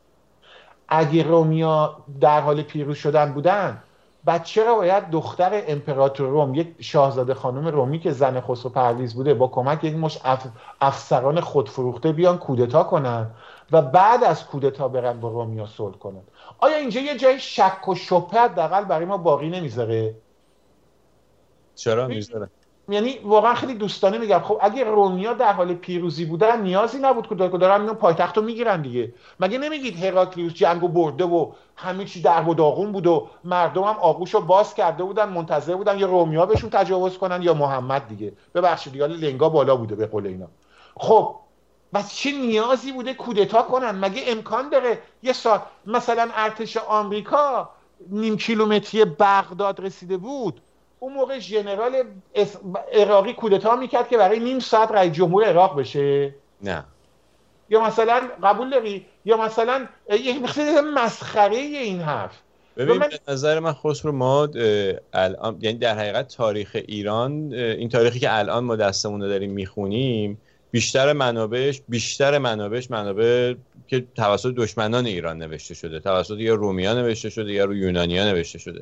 اگه رومیا در حال پیروز شدن بودن، بعد چرا باید دختر امپراتور روم، یک شاهزاده خانم رومی که زن خسرو پرویز بوده، با کمک یک مش اف... افسران خودفروخته بیان کودتا کنن و بعد از کودتا برن با رومیا صلح کنن؟ آیا اینجا یه جای شک و شبهه حداقل برای ما باقی نمیذاره؟ چرا میذاره؟ یعنی واقعا خیلی دوستانه میگم، خب اگه رومیا در حال پیروزی بودن نیازی نبود که دارن اینو پایتختو میگیرن دیگه. مگه نمیگید هراکلیوس جنگو برده و همه چی درب و داغون بود و مردم هم آغوشو باز کرده بودن، منتظر بودن یا رومیا بهشون تجاوز کنن یا محمد دیگه. ببخشید دیگه لنگا بالا بوده به قول اینا. خب بس چه نیازی بوده کودتا کنن؟ مگه امکان داره یه سال مثلا ارتش آمریکا نیم کیلومتری بغداد رسیده بود، اون موقع ژنرال عراقی کودتا میکرد که برای نیم ساعت رئیس جمهور عراق بشه؟ نه. یا مثلا قبول داری؟ یا مثلا یه مسخره این حرف. ببین من... به نظر من خسرو ما الان، یعنی در حقیقت تاریخ ایران، این تاریخی که الان ما دستمون رو داریم میخونیم، بیشتر منابعش بیشتر منابعش منابع که توسط دشمنان ایران نوشته شده، توسط یا رومیان نوشته شده یا رو یونانیان نوشته شده.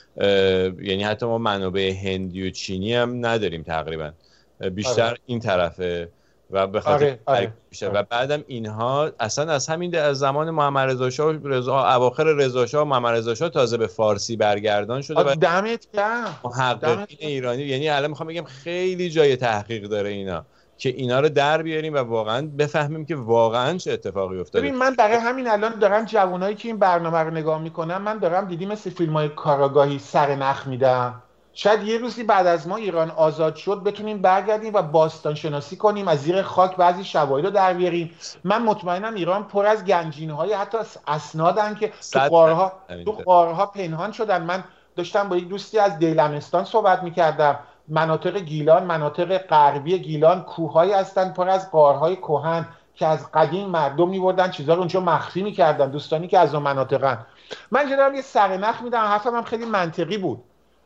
یعنی حتی ما منابع هندی و چینی هم نداریم تقریبا، بیشتر آره. این طرفه و به خاطر آره. آره. آره. و بعدم اینها اصلا از همین از زمان محمد رضا شاه رضا اواخر رضا شاه محمد رضا شاه تازه به فارسی برگردان شده و دمت گرم محققین ایرانی، یعنی الان میخوام بگم خیلی جای تحقیق داره اینا که اینا رو در بیاریم و واقعا بفهمیم که واقعا چه اتفاقی افتاده. ببین من برای همین الان دارم جوانایی که این برنامه رو نگاه میکنن، من دارم دیدی مثل فیلم‌های کاراگاهی سر نخ میدم. شاید یه روزی بعد از ما ایران آزاد شد بتونیم برگردیم و باستان شناسی کنیم، از زیر خاک بعضی شواهد رو در بیاریم. من مطمئنم ایران پر از گنجینه‌های حتی اسنادن که تو غارها تو غارها پنهان شدن. من داشتم با یک دوستی از دیلمستان صحبت میکردم. مناطق گیلان، مناطق غربی گیلان کوههایی هستن پر از غارهای کهن که از قدیم مردم می‌بردن چیزا رو اونجا مخفی می‌کردن. دوستانی که از اون مناطقن، من دارم یه سرنخ میدم، حرفم هم خیلی منطقی بود.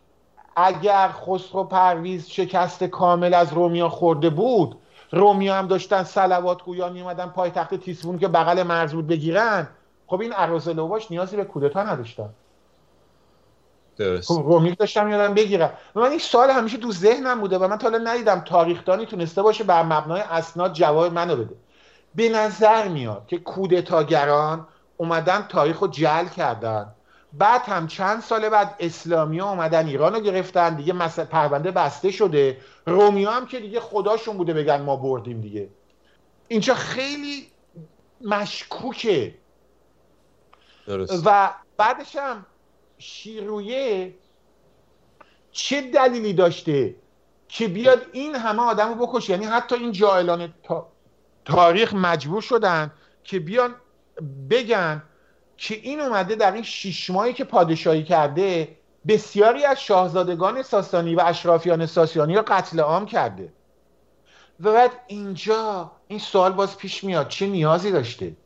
اگر خسرو پرویز شکست کامل از رومیا خورده بود، رومیا هم داشتن صلوات گویا میومدن پایتخت تیسفون که بغل مرز بود بگیرن، خب این اراذلواش نیازی به کودتا نداشتن. درست. خب رومی داشتم یادم بگیرم. و من این سوال همیشه تو ذهنم بوده و من تا حالا ندیدم تاریخدانی تونسته باشه بر مبنای اسناد جواب منو بده. به نظر میاد که کودتاگران اومدن تاریخو جعل کردن، بعد هم چند سال بعد اسلامیا اومدن ایرانو گرفتن دیگه، مثلا پرونده بسته شده. رومیا هم که دیگه خداشون بوده بگن ما بردیم دیگه. اینجا خیلی مشکوکه. درست. و بعدش هم شیرویه چه دلیلی داشته که بیاد این همه آدم رو بکشه؟ یعنی حتی این جاهلان تا... تاریخ مجبور شدن که بیان بگن که این اومده در این شش ماهی که پادشاهی کرده بسیاری از شاهزادگان ساسانی و اشرافیان ساسانی را قتل عام کرده. و بعد اینجا این سوال باز پیش میاد چه نیازی داشته؟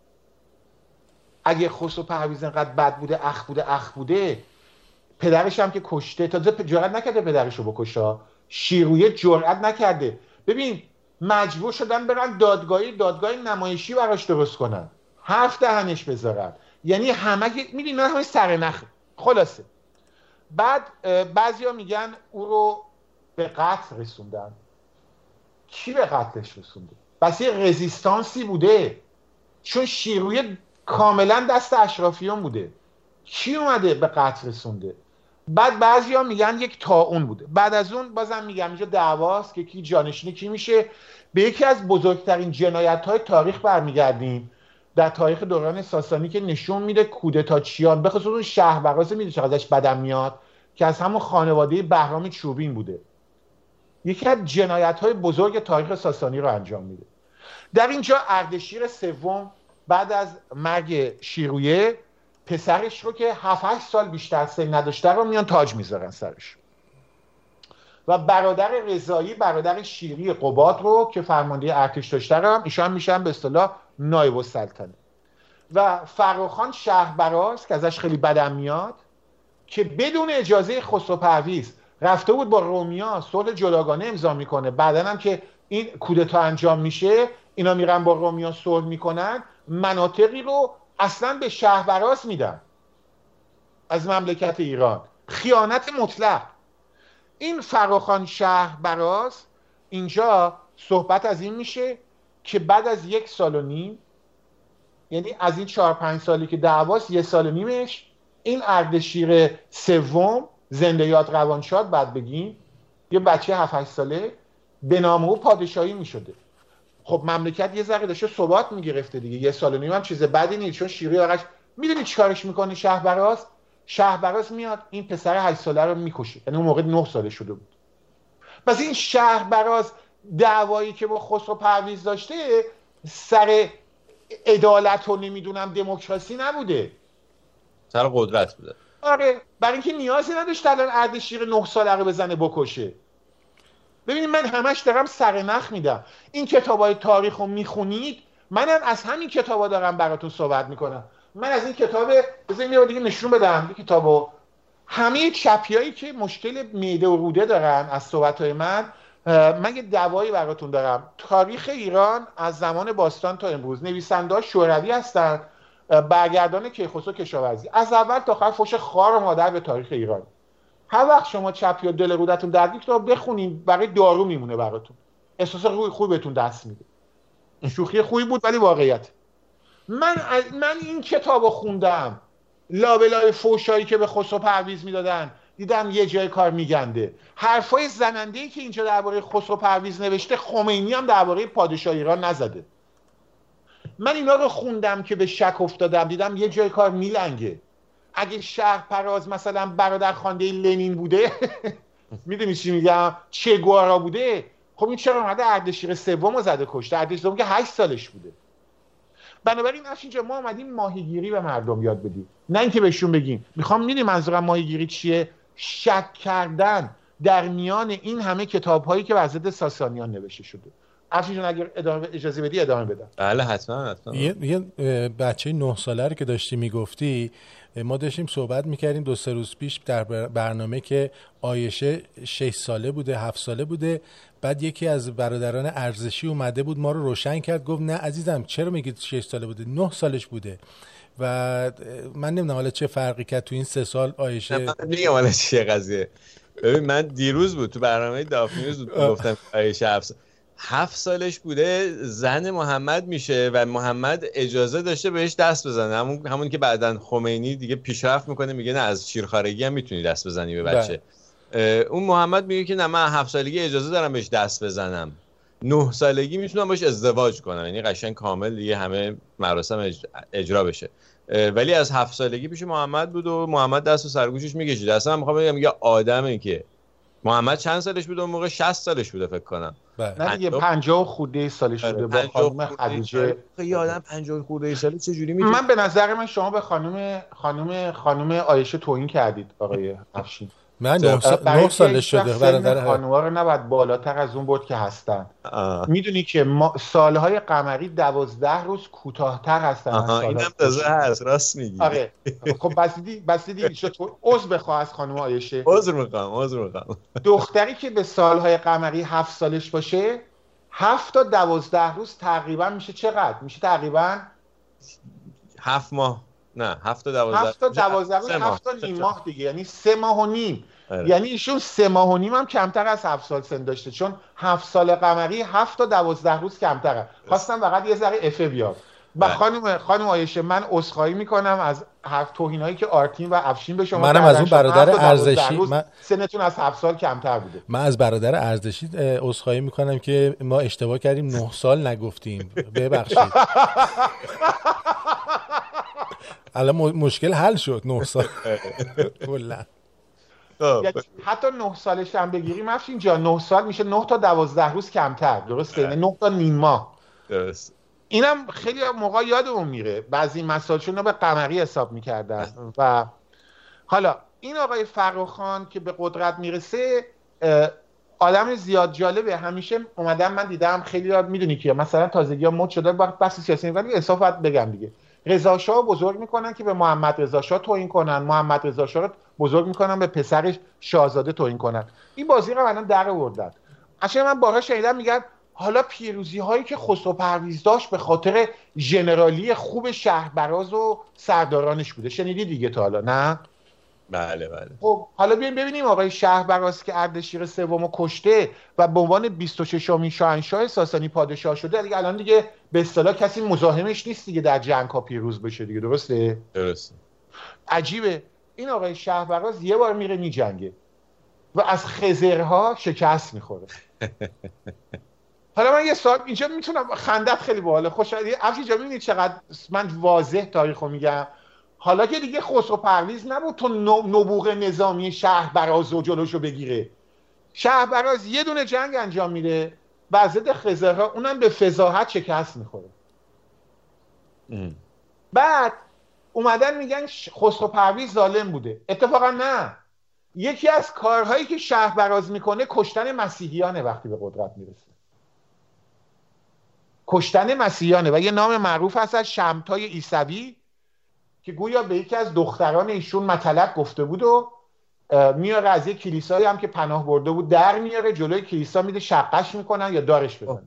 اگه خسرو پرویز انقدر بد بوده، اخ بوده اخ بوده، پدرش هم که کشته، تازه جرئت نکرده پدرش رو بکشه، شیرویه جرئت نکرده. ببین مجبور شدن برن دادگاهی دادگاه نمایشی براش درست کنن، حرف دهنش بذارن، یعنی همه میدونی نه همه سرنخ. خلاصه بعد بعضیا میگن او رو به قتل رسوندن. کی به قتلش رسونده؟ بس یه رزیستانسی بوده، چون شیرویه کاملا دست اشرافیان بوده. کی اومده به قتل رسونده؟ بعد بعضیا میگن یک طاعون بوده. بعد از اون بازم میگم اینجا دعواست که کی جانشین کی میشه. به یکی از بزرگترین جنایت‌های تاریخ برمیگردیم در تاریخ دوران ساسانی که نشون میده کودتاچیان، به خصوص اون شهربراز میده چقدر ازش بدم میاد، که از همون خانواده بهرام چوبین بوده، یکی از جنایت‌های بزرگ تاریخ ساسانی رو انجام میده. در اینجا اردشیر سوم بعد از مرگ شیرویه پسرش رو که هفت هشت سال بیشتر سن نداشته رو میان تاج میذارن سرش، و برادر رضایی برادر شیری قباد رو که فرمانده ارتش داشته رو هم ایشان میشن به اصطلاح نایب السلطنه. و فرخان شهربراز که ازش خیلی بدم میاد، که بدون اجازه خسرو پرویز رفته بود با رومیا صلح جداگانه امضا میکنه، بعدن هم که این کودتا انجام میشه اینا میرن با رومیا صلح میکنن، مناطقی رو اصلا به شهربراز میدن از مملکت ایران. خیانت مطلق. این فراخان شهربراز اینجا صحبت از این میشه که بعد از یک سال و نیم، یعنی از این چهار پنج سالی که دعواست، یک سال و نیمش این اردشیر سوم زنده یاد روانشاد بعد بگیم، یه بچه هفت هشت ساله به نام او پادشاهی میشده. خب مملکت یه ذره داشته ثبات میگرفته دیگه، یه سال و نیم هم چیز بدی نیست، چون شیری آقاش میدونی چیکارش میکنه شهربراز؟ شهربراز میاد این پسر هشت ساله رو میکشه، یعنی اون موقع نه ساله شده بود. پس این شهربراز دعوایی که با خسرو پرویز داشته سر عدالت و نمیدونم دموکراسی نبوده، سر قدرت بوده. آره، برای اینکه نیازی نداشت الان اردشیر نه ساله رو بزنه بکشه. ببینید من همش دارم سرنخ میدم. این کتابای تاریخ رو میخونید، منم از همین کتابا دارم براتون صحبت میکنم. من از این کتاب بذارید یه دیگه نشون بدم، این کتابو همه چپیایی که مشکل معده و روده دارن از صحبت‌های من، من یه دوایی براتون دارم. تاریخ ایران از زمان باستان تا امروز، نویسنده‌ها شوروی هستن، برگردان کیخسرو کشاورزی، از اول تا آخر فوش خار و مادر به تاریخ ایران. هر وقت شما چپیا دل رودتون درد میکنه بخونین، برای دارو میمونه براتون، احساس روی خوب بهتون دست میده. شوخی خوبی بود ولی واقعیت. من من این کتابو خوندم، لابلای فوشایی که به خسرو پرویز میدادن دیدم یه جای کار میگنده. حرفای زننده‌ای که اینجا درباره خسرو پرویز نوشته خمینی هم درباره پادشاه ایران نزده. من اینا رو خوندم که به شک افتادم، دیدم یه جای کار میلنگه. اگه شهرپراز مثلا برادر خوانده لنین بوده میدونی چی میگم، چه گوارا بوده، خب این چرا اومده اردشیر سوم رو زده کشته؟ اردشیر سوم که هشت سالش بوده. بنابراین اینجا ما اومدیم ماهیگیری به مردم یاد بدیم، نه اینکه بهشون بگیم. میخوام میدونی منظورم ماهیگیری چیه؟ شک کردن در میان این همه کتاب‌هایی که بر ضد ساسانیان نوشته شده. افشین جان اگر ادامه اجازه بدی ادامه بدم. بله حتما حتما. یه, یه بچه نه ساله رو که داشتی میگفتی، ما داشتیم صحبت میکردیم دو سه روز پیش در برنامه که آیشه شش ساله بوده، هفت ساله بوده. بعد یکی از برادران ارزشی اومده بود ما رو روشن کرد، گفت نه عزیزم چرا میگید شش ساله بوده، نه سالش بوده. و من نمیدونم حالا چه فرقی کرد تو این سه سال آیشه. من میگم حالا چیه قضیه. ببین من دیروز بود تو برنامه دافنیوز گفتم آیشه هفت هفت سالش بوده زن محمد میشه و محمد اجازه داشته بهش دست بزنه، همون همون که بعدن خمینی دیگه پیشرفت میکنه میگه نه از شیرخوارگی هم میتونی دست بزنی به بچه. اون محمد میگه که نه من هفت سالگی اجازه دارم بهش دست بزنم، نه سالگی میتونم باش ازدواج کنم، یعنی قشنگ کامل دیگه همه مراسم اجرا بشه. ولی از هفت سالگی پیش محمد بود و محمد دست و سرگوشش میکشید. اصلا من میخوام بگم یه آدمی که محمد چند سالش بود اون موقع؟ شصت سالش بوده فکر کنم. نه دیگه پنجاه خورده سالش بوده با خانم خدیجه. یادم پنجاه خورده ساله چه جوری میتونه؟ من به نظر من شما به خانم خانم خانم عایشه توهین کردید آقای افشین. من نه سالش شده برادر خانوما رو نباید بالاتر از اون بود که هستن. میدونی که ما سالهای قمری دوازده روز کوتاه‌تر هستن از سالهای اینم تازه هست، راست میگی. آره خب بس دیدی بس دیدی چطور عذر بخواه از خانم عایشه. عذر میخوام عذر میخوام. دختری که به سالهای قمری هفت سالش باشه هفت تا دوازده روز تقریبا میشه چقدر؟ میشه تقریبا هفت ماه. نه هفت تا دوازده هفت تا دوازده روز، هفت تا نیم ماه دیگه، یعنی سه ماه و نیم. آره. یعنی ایشون سه ماه و نیم هم کمتر از هفت سال سن داشته، چون هفت سال قمری هفت تا دوازده روز کمتره. خواستم فقط یه ذره افه بیاد. با خانم خانم عایشه من عذرخواهی میکنم از هر توهینایی که آرتین و افشین به شما منم از اون برادر ارزشی من... سنتون از هفت سال کمتر بوده. من از برادر ارزشی عذرخواهی میکنم که ما اشتباه کردیم، نه سال نگفتیم، ببخشید. الان مشکل حل شد. نه سال کلا حتی نه سالش هم بگیریم افشین جان، نه سال میشه نه تا دوازده روز کمتر، درسته؟ یعنی نه تا نیم ماه. درست. اینم خیلی موقع یادمون میره بعضی مسائلشون رو به قمری حساب میکردن. و حالا این آقای فرخان که به قدرت میرسه آدم زیاد جالبه. همیشه اومدم من دیدم خیلی یاد میدونی که مثلا تازگی ها مد شده بحث سیاسی، ولی انصاف باید بگم دیگه، رضا شاه بزرگ میکنن که به محمد رضا شاه توهین کنن، محمد رضا شاه رو بزرگ میکنن به پسرش شاهزاده توهین کنن. این بازی رو الان در آوردن. اصلا من بارها شنیدم میگن حالا پیروزی هایی که خسرو پرویز داشت به خاطر ژنرالی خوب شهربراز و سردارانش بوده. شنیدی دیگه تا حالا نه؟ بله بله. خب حالا بیایم ببینیم آقای شهربراز که اردشیر سومو کشته و به عنوان بیست و ششمین شاهنشاه ساسانی پادشاه شده، دیگه الان دیگه به اصطلاح کسی مزاحمش نیست دیگه در جنگ ها پیروز بشه دیگه، درسته؟ درسته. عجیبه این آقای شهربراز یه بار میره میجنگه و از خزرها شکست میخوره. حالا من یه سوال اینجا میتونم، خندت خیلی باحاله، خوشحالی افشین جان، میبینید چقدر من واضح تاریخو میگم. حالا که دیگه خسرو پرویز نبود تو نبوغ نظامی شهربراز رو جلوشو بگیره. شهربراز یه دونه جنگ انجام میده و ضد خزرها، اونم به فضاحت شکست میخوره. بعد اومدن میگن خسرو پرویز ظالم بوده. اتفاقا نه، یکی از کارهایی که شهربراز میکنه کشتن مسیحیانه. وقتی به قدرت میرسه کشتن مسیحیانه و یه نام معروف هست از شمتای عیسوی که گویا به یکی از دختران ایشون مطلب گفته بود و میاره از یک کلیسایی هم که پناه برده بود در میاره جلوی کلیسا میده شقش میکنن یا دارش بزنن.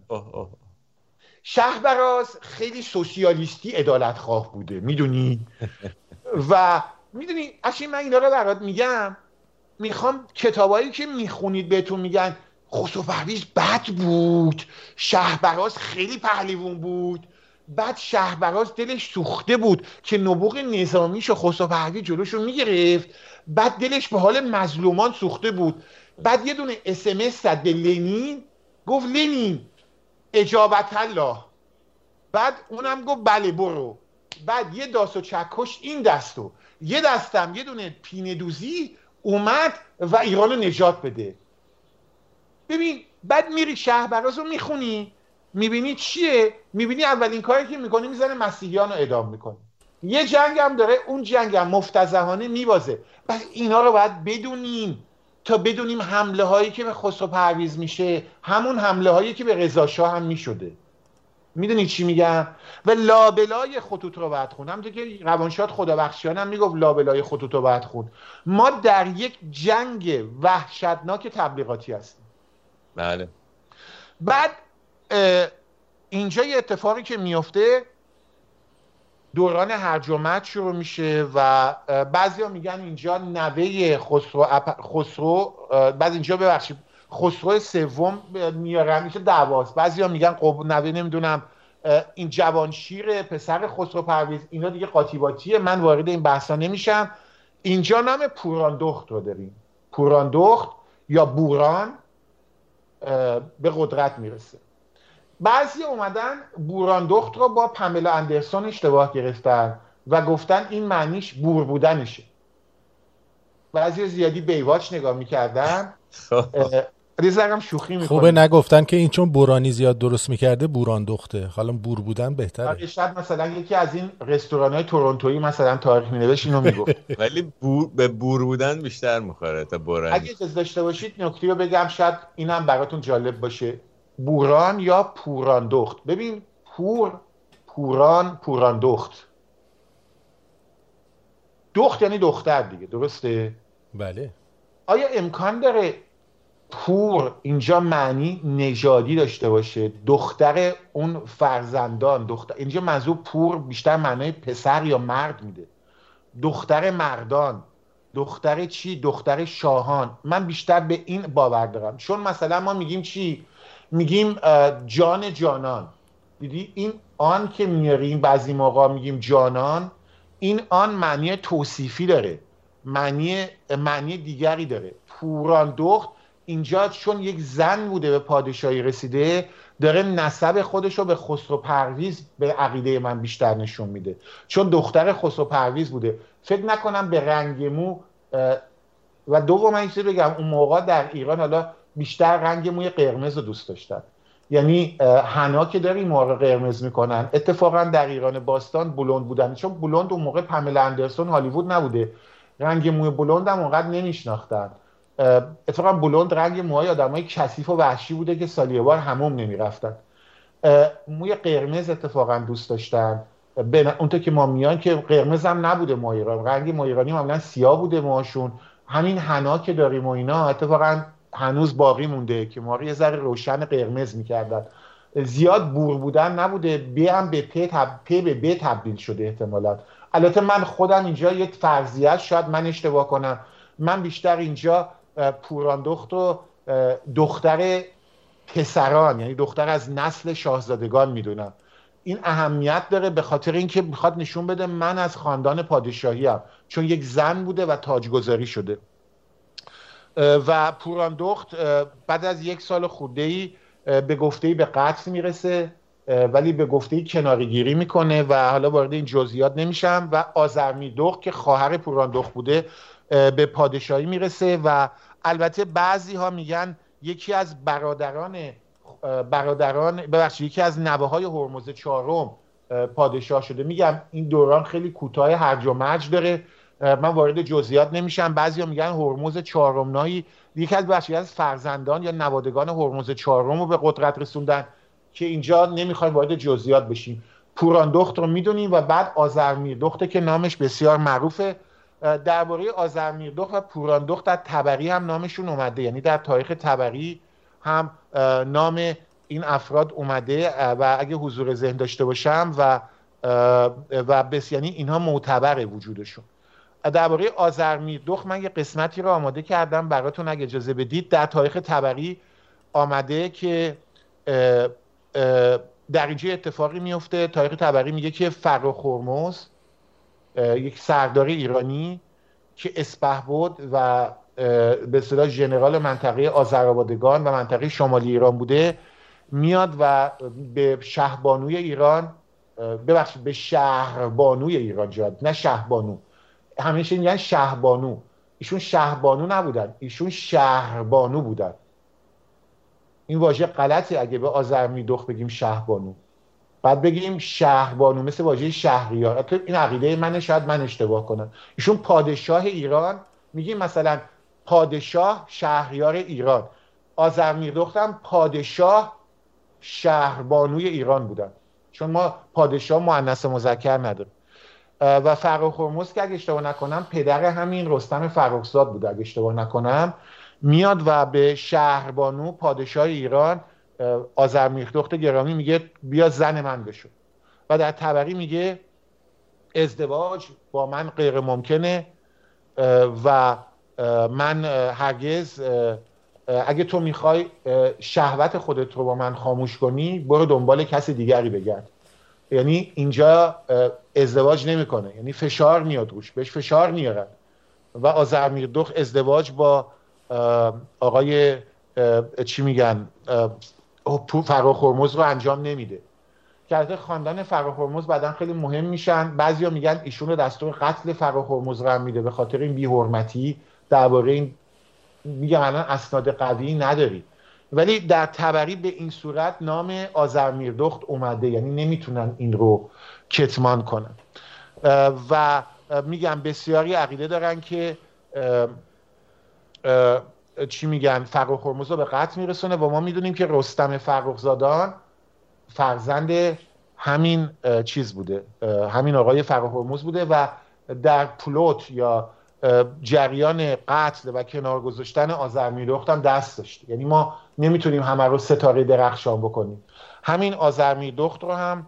شهربراز خیلی سوسیالیستی عدالت خواه بوده میدونی. و میدونی اشین من اینا رو برات میگم، میخوام کتابایی که میخونید بهتون میگن خسرو پرویز بد بود، شهربراز خیلی پهلوون بود، بعد شهربراز دلش سوخته بود که نبوغ نظامیشو خسرو پرویز جلوشو میگرفت، بعد دلش به حال مظلومان سوخته بود، بعد یه دونه اس ام اس زد به لنین گفت لنین اجابت الله، بعد اونم گفت بله برو، بعد یه داس و چکش این دستو یه دستم یه دونه پینه دوزی اومد و ایرانو نجات بده. ببین بعد میری شهربراز رو میخونی میبینی چیه؟ میبینی اولین کاری که میکنی میزنه مسیحیان رو اعدام میکنه. یه جنگ هم داره، اون جنگ هم مفتضحانه میبازه. بس اینا رو باید بدونیم تا بدونیم حمله هایی که به خسرو پرویز میشه همون حمله هایی که به رضا شاه هم میشده. میدونی چی میگم؟ و لابلای خطوط رو باید خون. همونطور که روانشاد خدابخشیان هم میگفت لابلای خطوط رو باید خون. ما در یک جنگ وحشتناک تبلیغاتی هستیم. بله. بعد اینجا یه اتفاقی که میفته، دوران هرج و مرج شروع میشه و بعضیا میگن اینجا نوه خسرو خسرو بعد اینجا ببخشید خسرو سوم میارن میشه دعواست. بعضیا میگن خب نوه نمیدونم این جوانشیر پسر خسرو پرویز، اینا دیگه قاطیباتیه، من وارد این بحثا نمیشم. اینجا نام پوراندخت رو داریم. پوراندخت یا بوران به قدرت میرسه. بعضی اومدن بوراندخت رو با پاملا اندرسون اشتباه گرفتن و گفتن این معنیش بور بودنشه. بعضی زیادی بیواچ نگاه میکردن ریزرم شوخی میکنه. خوبه نگفتن که این چون بورانی زیاد درست میکرده بوران دخته، حالا بور بودن بهتره. شاید مثلا یکی از این رستوران‌های تورنتویی مثلا تاریخ مینوشت اینو میگفت. ولی بور به بور بودن بیشتر میخوره تا بورانی. اگه اجازه داشته باشید نکته رو بگم، شاید اینم براتون جالب باشه. بوران یا پوران دخت. ببین پور، پوران، پوران دخت. دخت یعنی دختر دیگه، درسته؟ بله. آیا امکان داره پور اینجا معنی نژادی داشته باشه، دختر اون فرزندان، دختر اینجا منظور پور بیشتر معنی پسر یا مرد میده، دختر مردان، دختر چی؟ دختر شاهان. من بیشتر به این باور دارم، چون مثلا ما میگیم چی؟ میگیم جان جانان. دیدی این آن که میاریم بعضی موقع میگیم جانان، این آن معنی توصیفی داره، معنی معنی دیگری داره. پوران دخت اینجا چون یک زن بوده به پادشاهی رسیده، داره نسب خودش رو به خسرو پرویز به عقیده من بیشتر نشون میده، چون دختر خسرو پرویز بوده. فکر نکنم به رنگ مو و دوم این چیزی بگم، اون موقع در ایران حالا بیشتر رنگ موی قرمز رو دوست داشتن. یعنی حنا که داری موها قرمز میکنن، اتفاقا در ایران باستان بلوند بودن، چون بلوند اون موقع پاملا اندرسون هالیوود نبوده، رنگ موی بلوند هم اونقدر نمیشناختن. اتفاقا بلوند رنگ موهای آدمای کثیف و وحشی بوده که سالیه بار حموم نمیرفتن. موی قرمز اتفاقا دوست داشتن. اونطور که ما میان که قرمز هم نبوده موهای ایران، رنگ موهای ایرانی معمولا سیاه بوده موهاشون. همین حنا که داریم و اینا اتفاقا هنوز باقی مونده که ما رو یه ذره روشن قرمز میکردن. زیاد بور بودن نبوده. بی هم به پ تب... پ به ب تبدیل شده احتمالاً. البته من خودم اینجا یه فرضیت، شاید من اشتباه کنم، من بیشتر اینجا پوران دخت و دختر پسران، یعنی دختر از نسل شاهزادگان میدونم. این اهمیت داره به خاطر اینکه میخواد نشون بده من از خاندان پادشاهی ام، چون یک زن بوده و تاجگذاری شده. و پوران دخت بعد از یک سال خورده‌ای به گفته‌ای به قتل میرسه، ولی به گفته‌ای کناره‌گیری میکنه و حالا وارد این جزئیات نمیشم. و آذرمیردخت که خواهر پوران دخت بوده به پادشاهی میرسه و البته بعضی ها میگن یکی از برادران برادران ببخشید یکی از نوه‌های هرمز چهارم پادشاه شده. میگم این دوران خیلی کوتاه هرج و مرج داره، من وارد جزئیات نمیشم. بعضیا میگن هرمز چهارم نایی یکی از بخشی از فرزندان یا نوادگان هرمز چهارم رو به قدرت رسوندن که اینجا نمیخوایم وارد جزئیات بشیم. پوران دخت رو میدونیم و بعد آذرمیردخت که نامش بسیار معروفه. درباره آذرمیردخت و پوران دخت در طبری هم نامشون اومده، یعنی در تاریخ طبری هم نام این افراد اومده و اگه حضور ذهن داشته باشم و و بس یعنی اینها معتبره وجودشون. درباره آذرمیردخت من یه قسمتی رو آماده کردم براتون اگه اجازه بدید. در تاریخ طبری آمده که در اینجا اتفاقی میفته. تاریخ طبری میگه که فرخ هرمز یک سردار ایرانی که اسپهبد و به اصطلاح ژنرال منطقه آذرآبادگان و منطقه شمالی ایران بوده، میاد و به شهبانوی ایران ببخشید به شهربانوی ایران جاد نه شهبانو، همیشه میگن شهبانو، ایشون شهبانو نبودن، ایشون شهربانو بودن. این واژه غلطه اگه به آذرمیردخت بگیم شهبانو، بعد بگیم شهربانو مثل واژه شهریار. این عقیده منه، شاید من اشتباه کنم. ایشون پادشاه ایران، میگیم مثلا پادشاه شهریار ایران. آذرمیردخت هم پادشاه شهربانوی ایران بودن، چون ما پادشاه مؤنث مذکر نداریم. و فرخ هرمز که اگه اشتباه نکنم پدر همین رستم فرخزاد بود اگه اشتباه نکنم، میاد و به شهربانو پادشاه ایران آذرمیردخت گرامی میگه بیا زن من بشو. و در طبری میگه ازدواج با من غیر ممکنه و من هرگز، اگه تو میخوای شهوت خودت رو با من خاموش کنی برو دنبال کسی دیگری بگرد. یعنی اینجا ازدواج نمیکنه، یعنی فشار میاد روش، بهش فشار میارن. و آذرمیردخت ازدواج با آقای چی میگن فرخ هرمز رو انجام نمیده که البته خاندان فرخ هرمز بعدن خیلی مهم میشن. بعضیا میگن ایشون رو دستور قتل فرخ هرمز رو میده به خاطر این بی‌حرمتی درباره این میگم الان اسناد قوی نداری، ولی در تبری به این صورت نام آذرمیردخت اومده، یعنی نمیتونن این رو کتمان کنن. و میگم بسیاری عقیده دارن که اه اه چی میگن فرخ هرمز رو به قتل میرسونه و ما میدونیم که رستم فرخزادان فرزند همین چیز بوده، همین آقای فرخ هرمز بوده و در پلوت یا جریان قتل و کنار گذاشتن آذرمیردخت هم دست داشته. یعنی ما نمیتونیم همه رو ستاره درخشان بکنیم. همین آذرمیردخت رو هم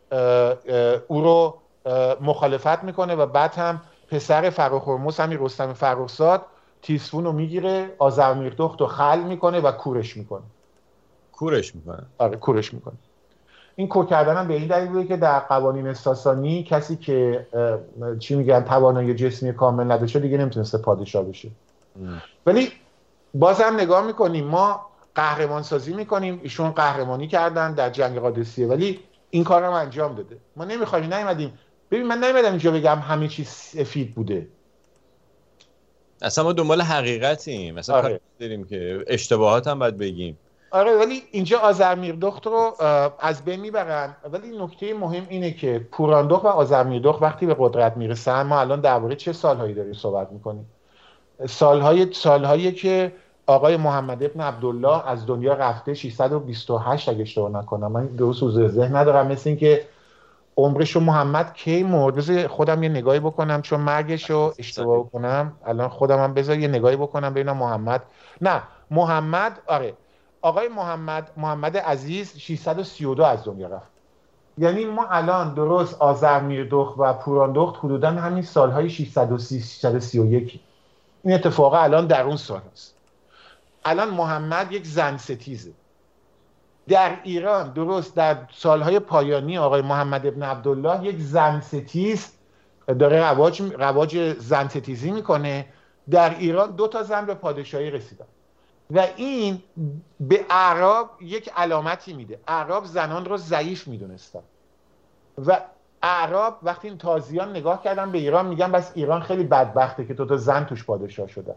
او رو مخالفت میکنه و بعد هم پسر فرخ هرمز همین رستم فرخزاد تیسفون رو میگیره، آذرمیردخت رو خلع میکنه و کورش میکنه. کورش میکنه؟ آره کورش میکنه. این کور کردن هم به این دلیل بوده که در قوانین ساسانی کسی که چی میگن توانایی جسمی کامل نداشته دیگه نمیتونسته پادشاه بشه. ام. ولی بازم نگاه میکنیم، ما قهرمان سازی میکنیم، ایشون قهرمانی کردن در جنگ قادسیه ولی این کار هم انجام داده. ما نمیخوایم، نیومدیم ببین من نیومدم اینجا بگم همه چیز سفید بوده. اصلا ما دنبال حقیقتیم، مثلا آره. داریم که اشتباهات هم باید بگیم. آره ولی اینجا آذرمیردخت رو از بین میبرن. ولی نکته مهم اینه که پوراندخت و آذرمیردخت وقتی به قدرت میرسن، ما الان درباره چه سالهایی داریم صحبت میکنیم؟ سالهای سالهایی که آقای محمد ابن عبدالله از دنیا رفته، ششصد و بیست و هشت اگه اشتباه نکنم، من درست حضور ذهن ندارم، مثل این که عمرشو محمد کی مرد. بذار خودم یه نگاهی بکنم چون مرگشو اشتباه بکنم الان خودم هم بذار یه نگاهی بکنم ببینم محمد نه محمد آره آقای محمد محمد عزیز ششصد و سی و دو از دنیا رفت. یعنی ما الان درست آذرمیردخت و پوراندخت حدوداً همین سالهای ششصد و سی ششصد و سی و یک این اتفاقا الان در اون سال هست. الان محمد یک زن ستیزه. در ایران درست در سالهای پایانی آقای محمد ابن عبدالله یک زن ستیز داره رواج رواج زن ستیزی میکنه. در ایران دو تا زن به پادشاهی رسیدن و این به اعراب یک علامتی میده. اعراب زنان رو ضعیف میدونستن و اعراب وقتی این تازیان نگاه کردن به ایران میگن بس ایران خیلی بدبخته که دو تا زن توش پادشاه شدن.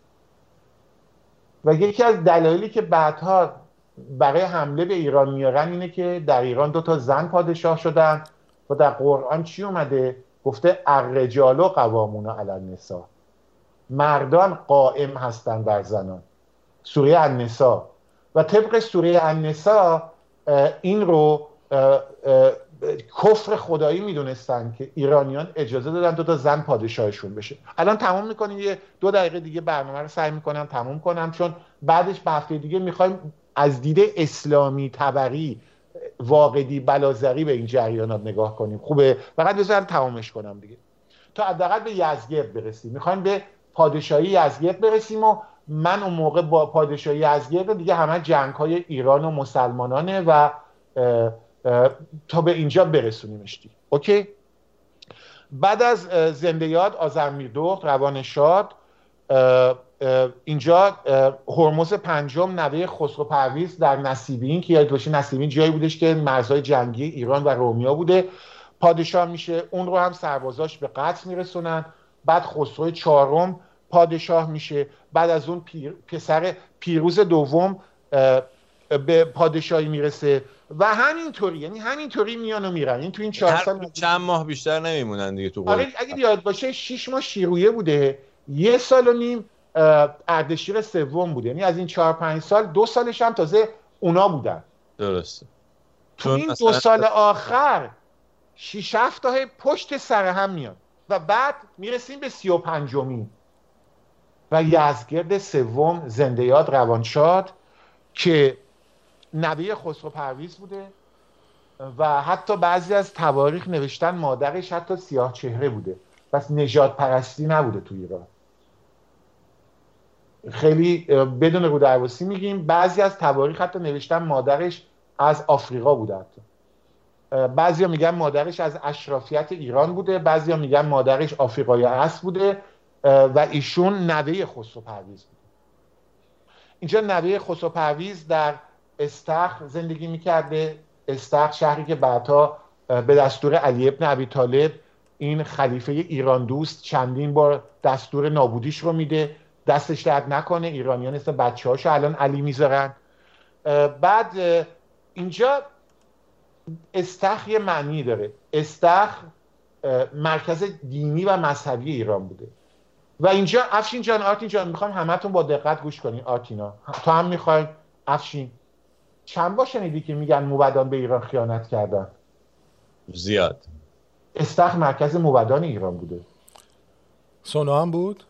و یکی از دلایلی که بعدها برای حمله به ایران میارن اینه که در ایران دو تا زن پادشاه شدن و در قرآن چی اومده؟ گفته الرجال قوامون علی النساء، مردان قائم هستن بر زنان، سوره النساء. و طبق سوره النساء این رو کفر خدایی میدونستن که ایرانیان اجازه دادن دو تا زن پادشاهشون بشه. الان تموم میکنیم، یه دو دقیقه دیگه برنامه رو سعی میکنم تموم کنم چون بعدش به هفته دیگه میخوایم از دید اسلامی تبری واقعی بلازری به این جریانات نگاه کنیم. خوبه؟ فقط بذارم تمامش کنم دیگه تا حداقل به یزگرد برسیم. میخوایم به پادشاهی یزگرد برسیم و من اون موقع با پادشاهی یزگرد دیگه همه جنگ‌های ایران و مسلمانانه و اه اه تا به اینجا برسونیمش دیگه. اوکی؟ بعد از زنده یاد آذرمیردخت روان شاد، اینجا هرمز پنجم نوه خسرو پرویز در نصیبین که یاد باشه نصیبین جایی بودش که مرزهای جنگی ایران و رومیا بوده پادشاه میشه. اون رو هم سربازاش به قتل میرسونن. بعد خسرو چهارم پادشاه میشه. بعد از اون پیر، پسر پیروز دوم به پادشاهی میرسه و همینطوری، یعنی همینطوری میان و میرن. این تو این چهار سال چند ماه بیشتر نمیمونن دیگه تو قول. آره اگه یاد باشه شش ماه شیرویه بوده، یه سال و نیم اردشیر سوم بوده. یعنی از این چهار پنج سال دو سالش هم تازه اونا بودن. درسته. تو این دو سال آخر شش هفت تا پشت سر هم میاد و بعد میرسیم به سی و پنجمی و یزگرد سوم زنده یاد روانشاد که نوه خسرو پرویز بوده و حتی بعضی از تواریخ نوشتن مادرش حتی سیاه چهره بوده، پس نژاد پرستی نبوده تو ایران. خیلی بدون رو درواسی میگیم. بعضی از تواریخ حتی نوشتن مادرش از آفریقا بوده، حتی بعضیا میگن مادرش از اشرافیت ایران بوده، بعضیا میگن مادرش آفریقای اصل بوده و ایشون نوه خسرو پرویز بوده. اینجا نوه خسرو پرویز در استخر زندگی میکرده. استخر شهری که بعدها به دستور علی ابن ابی طالب این خلیفه ایران دوست چندین بار دستور نابودیش رو میده دستش درد نکنه، ایرانیان اسم بچه هاشو الان علی میذارن. بعد اینجا استخر یه معنی داره. استخر مرکز دینی و مذهبی ایران بوده و اینجا افشین جان، آرتین جان، میخوام همتون با دقت گوش کنین. آرتینا تو هم میخوای؟ افشین چند بار شنیدی که میگن موبدان به ایران خیانت کردن؟ زیاد. استخر مرکز موبدان ایران بوده. سونا هم بود؟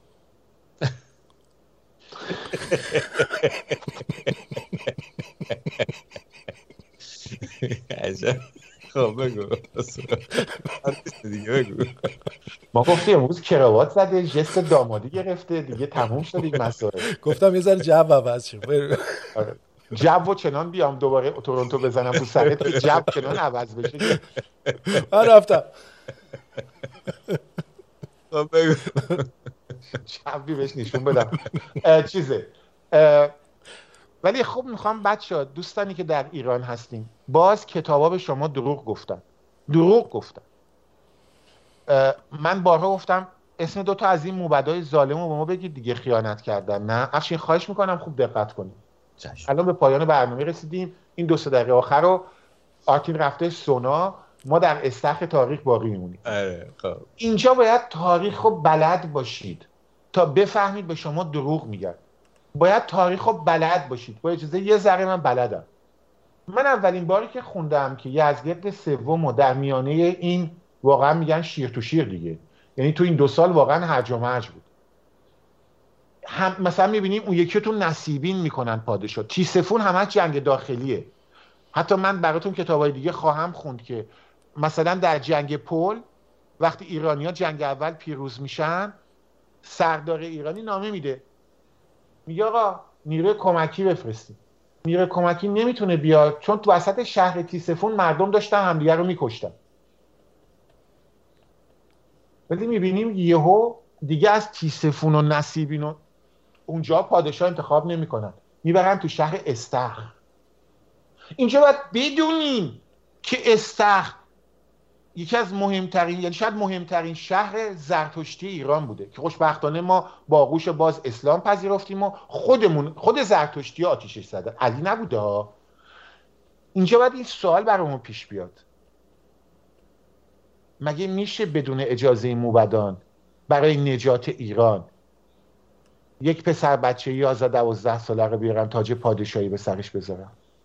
عجب. خب بگو دیگه بگو. ما گفتیم امروز کراوات زده، جست دامادی گرفته، دیگه تموم شد این مسائل. گفتم یه ذره جو عوض شه. جو چنان بیام دوباره تورنتو بزنم تو سرت که جو چنان عوض بشه. من رفتم. خب بگو. جوی بهش نشون بدم. چیزه ولی خب میخوام بچه‌ها، دوستانی که در ایران هستیم، باز کتابا به شما دروغ گفتن. دروغ گفتن. من بارها گفتم اسم دوتا از این موبدای ظالمو به ما بگید دیگه، خیانت کردن. نه افشین خواهش میکنم خوب دقت کنیم. الان به پایان برنامه رسیدیم. این دو سه دقیقه آخر رو آرتین رفته سونا، ما در استخر تاریخ باقی میمونیم. آره خب اینجا باید تاریخ رو بلد باشید تا بفهمید به شما دروغ میگن. باید تاریخ رو بلد باشید. با اجازه یه ذره من بلدم. من اولین باری که خوندم که یزدگرد سوم در میانه این، واقعا میگن شیر تو شیر دیگه، یعنی تو این دو سال واقعا هرج و مرج بود. هم مثلا میبینیم اون یکی تو نصیبین میکنن پادشاه، تیسفون همه جنگ داخلیه. حتی من براتون کتابای دیگه خواهم خوند که مثلا در جنگ پل وقتی ایرانی‌ها جنگ اول پیروز میشن، سردار ایرانی نامه میده، میگه آقا نیروی کمکی بفرستیم. نیروی کمکی نمیتونه بیاد چون تو وسط شهر تیسفون مردم داشتن همدیگه رو میکشتن. ولی میبینیم یهو دیگه از تیسفون و نصیبین و اونجا پادشاه انتخاب نمیکنن، میبرن تو شهر استخر. اینجا باید بدونیم که استخر یکی از مهمترین، یعنی شاید مهمترین شهر زرتشتی ایران بوده که خوشبختانه ما با آغوش باز اسلام پذیرفتیم و خودمون خود زرتشتی آتیشش زدن. علی نبوده ها. اینجا باید این سوال برامون پیش بیاد، مگه میشه بدون اجازه موبدان برای نجات ایران یک پسر بچه یازده دوازده ساله رو بیارن تاج پادشاهی به سرش بذارن؟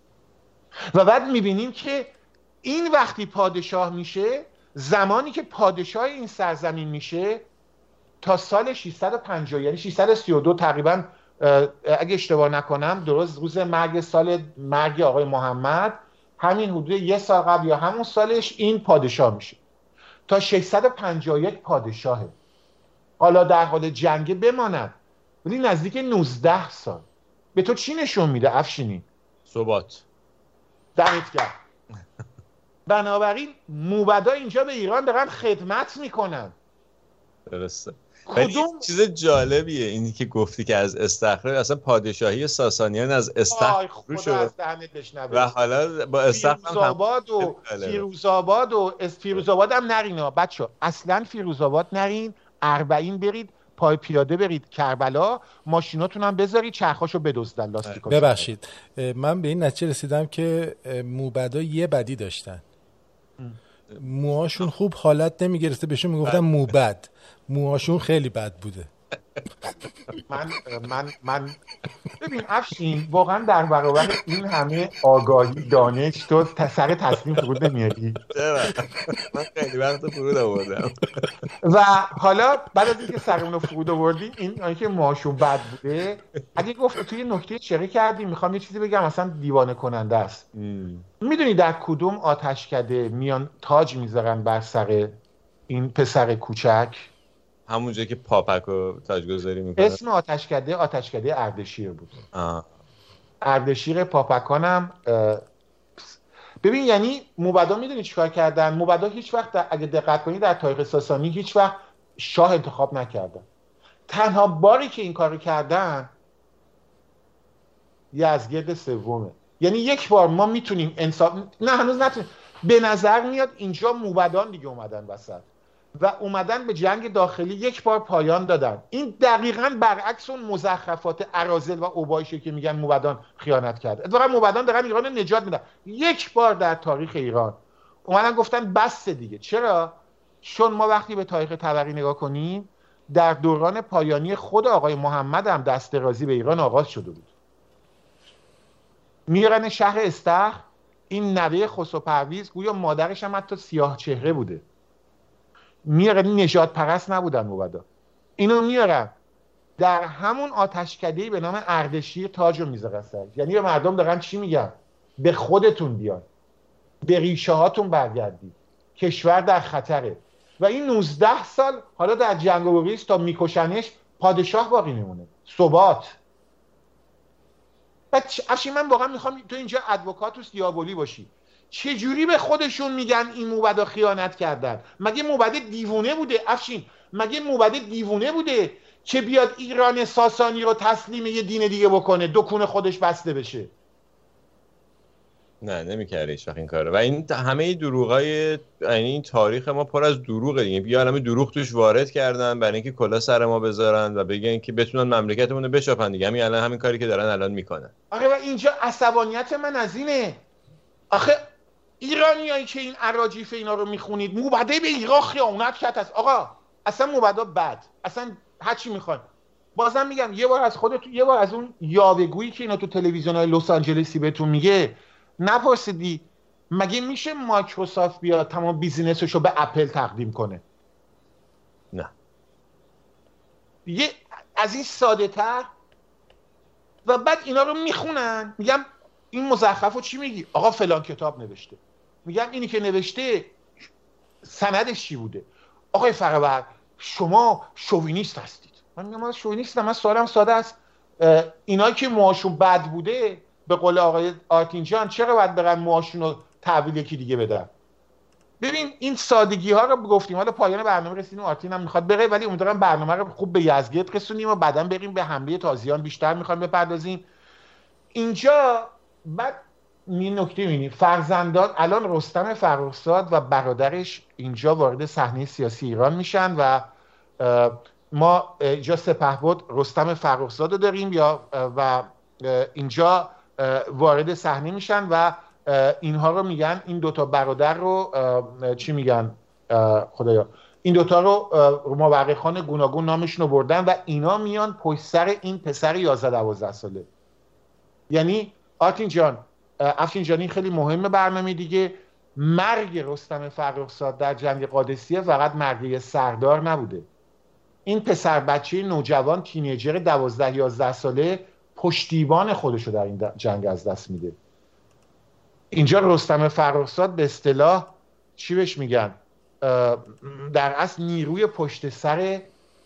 و بعد میبینیم که این وقتی پادشاه میشه، زمانی که پادشاه این سرزمین میشه تا سال ششصد و پنجاه، یعنی ششصد و سی و دو تقریبا، اگه اشتباه نکنم درست روز مرگ سال مرگ آقای محمد، همین حدود یه سال قبل یا همون سالش این پادشاه میشه. تا ششصد و پنجاه و یک پادشاهه. حالا در حال جنگ بماند ولی نزدیک نوزده سال. به تو چی نشون میده افشینی؟ ثبات. دمت گرم. بنابراین موبدا اینجا به ایران دارن خدمت میکنن. درسته. کدوم چیز جالبیه اینی که گفتی که از استخر اصلا پادشاهی ساسانیان از استخر شروع شد و حالا با استخر فیروزآباد و فیروزآباد و فیروزآباد هم نرین بچه، اصلا فیروزآباد نرین، اربعین برید، پای پیاده برید کربلا، ماشیناتون هم بذارید چرخاشو بدزدن لاستیکاشو. ببخشید من به این نتیجه رسیدم که موبدا یه بدی داشتن، موهاشون خوب حالت نمیگرفته، بهشون میگفتن موبد، موهاشون خیلی بد بوده. من من من ببین افشین، واقعا در برابر این همه آگاهی دانش تو سر تصمیم فرود نمیاری؟ من خیلی وقت فرود آوردم و حالا بعد از اینکه سرمون فرود آوردیم این آنی که موهاشون بد بوده، اگه گفت توی نکته چری کردیم، میخوام یه چیزی بگم اصلا دیوانه کننده است. میدونی در کدوم آتشکده میان تاج میذارن بر سر این پسر کوچک؟ همونجا که پاپک رو تاجگذاری میکنه. اسم آتشکده آتشکده اردشیر بود. آه. اردشیر پاپکانم. ببین یعنی موبدا میدونی چیکار کردن؟ موبدا هیچ وقت اگه دقت کنی در تاریخ ساسانی هیچ وقت شاه انتخاب نکردن. تنها باری که این کارو کردن یزدگرد سومه. یعنی یک بار ما میتونیم انصاف، نه هنوز نتونیم، به نظر میاد اینجا موبدان دیگه اومدن وسط. و اومدن به جنگ داخلی یک بار پایان دادن. این دقیقاً برعکس اون مزخرفات اراذل و اوبایشه که میگن موبدان خیانت کرده. اتفاقا موبدان دارن ایران رو نجات میدن. یک بار در تاریخ ایران اومدن گفتن بس دیگه. چرا؟ چون ما وقتی به تاریخ تبری نگاه کنیم در دوران پایانی خود آقای محمد هم دست درازی به ایران آغاز شده بود. میرن شهر استخر، این نوه خسرو پرویز گویا مادرش هم حتی سیاه چهره بوده، میارن، نژاد پرست نبودن موبدا، اینو میارن در همون آتشکده‌ای به نام اردشیر تاج رو میذارن سر. یعنی به مردم دارن چی میگن؟ به خودتون بیان، به ریشه هاتون برگردید، کشور در خطره. و این نوزده سال حالا در جنگ و ریز تا میکشنش پادشاه باقی میمونه، ثبات. بعد افشین من واقعا میخوام تو اینجا ادوکاتوس دیابولی باشی، چه جوری به خودشون میگن این موبدا خیانت کردن؟ مگه موبد دیوونه بوده افشین؟ مگه موبد دیوونه بوده که بیاد ایران ساسانی رو تسلیم یه دین دیگه بکنه، دکون خودش بسته بشه؟ نه نمی‌کرده هیچ وقت این کارو. و این همه دروغای، یعنی این تاریخ ما پر از دروغه دیگه. بیا همه دروغ توش وارد کردن برای اینکه کلا سر ما بذارن و بگن که بتونن مملکتمون رو بچاپن دیگه. همین الان همین کاری که دارن الان میکنن. آخه و اینجا عصبانیت من از اینه، آخه ایرانیایی که این اراجیف اینا رو میخونید، موبده به ایران خیانت کرد است. آقا اصلا موبدا بد، اصلا هر چی میخوان. بازم میگم یه بار از خودت، یه بار از اون یاوه‌گویی که اینا تو تلویزیون‌های لس آنجلسی بهتون میگه نپرسیدی مگه میشه مایکروسافت بیاد تمام بیزینسشو به اپل تقدیم کنه؟ نه. یه از این ساده تر. و بعد اینا رو میخونن، میگم این مزخرفو چی میگی؟ آقا فلان کتاب نوشته. میگم اینی که نوشته سندش چی بوده؟ آقای فرور شما شوینیست هستید. من میگم من شوینیست نه، من سوالم ساده است. اینایی که موهاشون بد بوده به قول آقای آرتینجان چرا باید برن موهاشون رو تحویل یکی دیگه بدن؟ ببین این سادگی ها رو گفتیم، حالا پایان برنامه رسیدیم، آرتین هم میخواد بره، ولی امیدوارم برنامه رو خوب به یزگرد رسونیم و بعداً بریم به حمله تازیان بیشتر میخوایم بپردازیم. اینجا بعد این نکته می‌بینیم فرزندان الان رستم فرخزاد و برادرش اینجا وارد صحنه سیاسی ایران میشن و ما اینجا سپهبد رستم فرخزاد رو داریم یا و اینجا وارد صحنه میشن و اینها رو میگن، این دوتا برادر رو چی میگن خدایا، این دوتا رو مورخان گوناگون نامشون رو بردن و اینا میان پشت سر این پسر یازده دوازده ساله. یعنی آرتین جان، افشین جان، این خیلی مهمه برنامه دیگه. مرگ رستم فرخزاد در جنگ قادسیه فقط مرگ سردار نبوده. این پسر بچه نوجوان تینیجر دوازده یازده ساله پشتیبان خودشو در این جنگ از دست میده. اینجا رستم فرخزاد به اصطلاح چی بهش میگن؟ در اصل نیروی پشت سر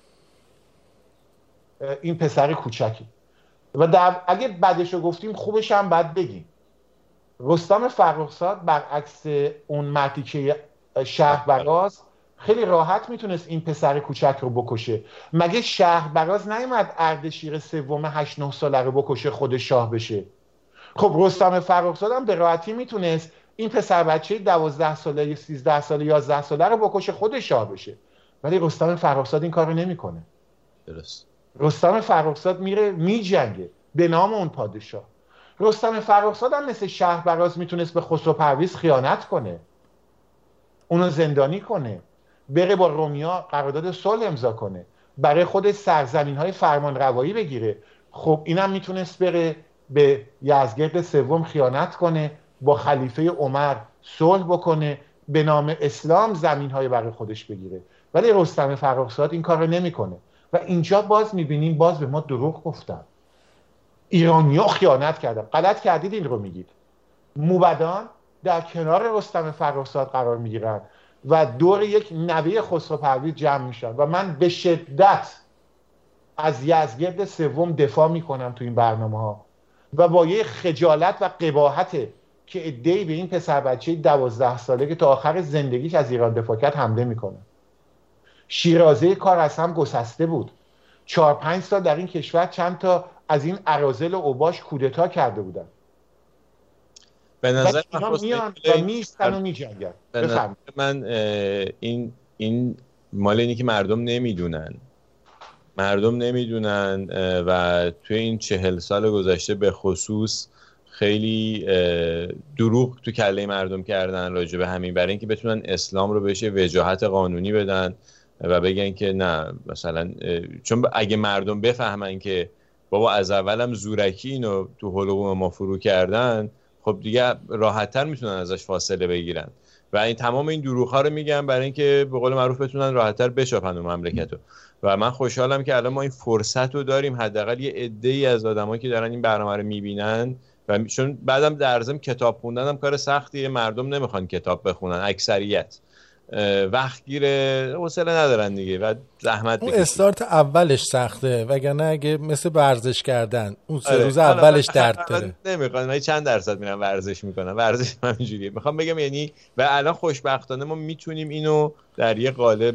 این پسر کوچکی. و در اگه بدشو گفتیم خوبش هم باید بگیم. رستم فرخزاد برعکس اون مردی که شهربراز خیلی راحت میتونست این پسر کوچک رو بکشه. مگه شهربراز نیومد اردشیر سوم هشت نه ساله رو بکشه خود شاه بشه؟ خب رستم فرخزاد هم به راحتی میتونست این پسر بچه دوازده ساله، سیزده ساله، یازده ساله رو بکشه خود شاه بشه. ولی رستم فرخزاد این کار رو نمیکنه. درست. رستم فرخزاد میره میجنگه به نام اون پادشاه. رستم فرخزاد هم مثل شهربراز میتونست به خسرو پرویز خیانت کنه، اونو زندانی کنه، بره با رومیا قرارداد صلح امضا کنه، برای خود سرزمین های فرمان روایی بگیره. خب اینم میتونست بره به یزگرد سوم خیانت کنه، با خلیفه عمر صلح بکنه، به نام اسلام زمین های برای خودش بگیره. ولی رستم فرخزاد این کار رو نمیکنه. و اینجا باز میبینیم باز به ما دروغ گفتن، ایرانی‌ها خیانت کردن. غلط کردید این رو میگید. موبدان در کنار رستم فرخزاد قرار میگیرن و دور یک نوه خسرو پرویز جمع میشن و من به شدت از یزگرد سوم دفاع میکنم تو این برنامه ها و با یه خجالت و قباحت که عده‌ای به این پسر بچه دوازده ساله که تا آخر زندگیش از ایران دفاع کرد حمله میکنه. شیرازه کار از هم گسسته بود. چهار پنج سال در این کشور چند تا از این اراذل و اوباش کودتا کرده بودن. به نظر من میان و میستن و میجنگن. به نظر من این این مال اینی که مردم نمیدونن مردم نمیدونن و توی این چهل سال گذشته به خصوص خیلی دروغ تو کله مردم کردن راجع به همین، برای اینکه بتونن اسلام رو بهش وجاهت قانونی بدن و بگن که نه مثلا چون اگه مردم بفهمن که بابا از اولم زورکی اینو تو حلقوم ما فرو کردن، خب دیگه راحت‌تر میتونن ازش فاصله بگیرن و این تمام این دروغ‌ها رو میگن برای اینکه به قول معروف بتونن راحت‌تر بچاپن اون مملکتو. و من خوشحالم که الان ما این فرصت رو داریم، حداقل یه عده‌ای از آدمایی که دارن این برنامه رو میبینن و چون بعدم در ضمن کتاب خوندن هم کار سختیه، مردم نمیخوان کتاب بخونن اکثریت، وقت گیره، حوصله ندارن دیگه و زحمت اون بکشید. استارت اولش سخته، وگرنه اگه مثل ورزش کردن اون سه روز اولش درد داره. نمیخوام من چند درصد میرم ورزش میکنم، ورزش همینجوریه. میخوام بگم یعنی و الان خوشبختانه ما میتونیم اینو در یه قالب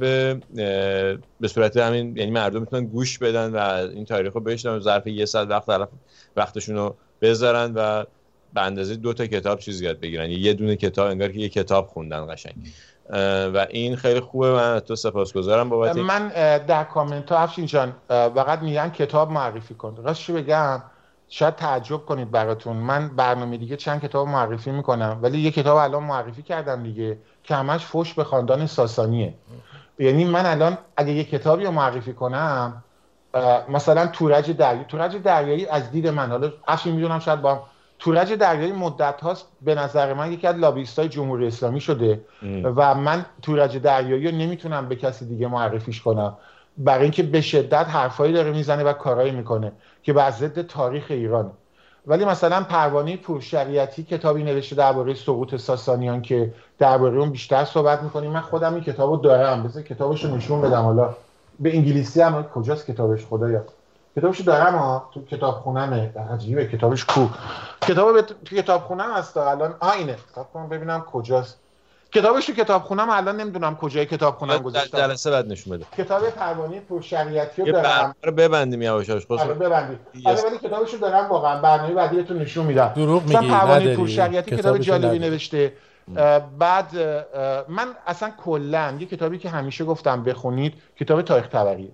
به صورت همین، یعنی مردم میتونن گوش بدن و این تاریخو بشنون، ظرف یه ساعت وقت وقتشون رو بذارن و به اندازه دو تا کتاب چیز یاد بگیرن، یه دونه کتاب انگار که یه کتاب خوندن قشنگ و این خیلی خوبه. من تو سپاسگزارم بابت. من در کامنت ها افشین جان فقط میگن کتاب معرفی کن. راستش بگم شاید تعجب کنید براتون، من برنامه دیگه چند کتاب معرفی میکنم ولی یه کتاب الان معرفی کردم دیگه که همش فحش به خاندان ساسانیه. یعنی من الان اگه یه کتابی رو معرفی کنم مثلا تورج دریایی، تورج دریایی از دید من، حالا افشین میدونم شاید با هم، تورج دریایی مدت هاست به نظر من یکی از لابیستای جمهوری اسلامی شده ام. و من تورج دریایی رو نمیتونم به کسی دیگه معرفیش کنم برای اینکه به شدت حرفایی داره میزنه و کارایی میکنه که بر ضد تاریخ ایرانه. ولی مثلا پروانه پرشریعتی کتابی نوشته درباره سقوط ساسانیان که درباره اون بیشتر صحبت میکنیم. من خودم این کتابو دارم، بذار کتابشو نشون بدم. حالا به انگلیسی هم کجاست کتابش؟ خدایا کتابشو دارم ها، تو کتابخونه‌مه. عجیبه کتابش کو. کتاب تو کتابخونه‌م هست الان. آ اینه. صبر کن ببینم کجاست. کتابش تو کتابخونه‌م الان نمیدونم کجای کتابخونه‌م گذاشتم. جلسه بعد نشون بده. کتاب پروانه پرشریعتی رو دارم. برنامه رو ببندیم یواش یواش. آره ببندید. آره ولی کتابشو دارم واقعا، برنامه بعدی بهتون نشون میدم. دروغ میگی. پروانه پرشریعتی کتاب جالبی نوشته. بعد من اصلا کلا یه کتابی که همیشه گفتم بخونید کتاب تاریخ طبری.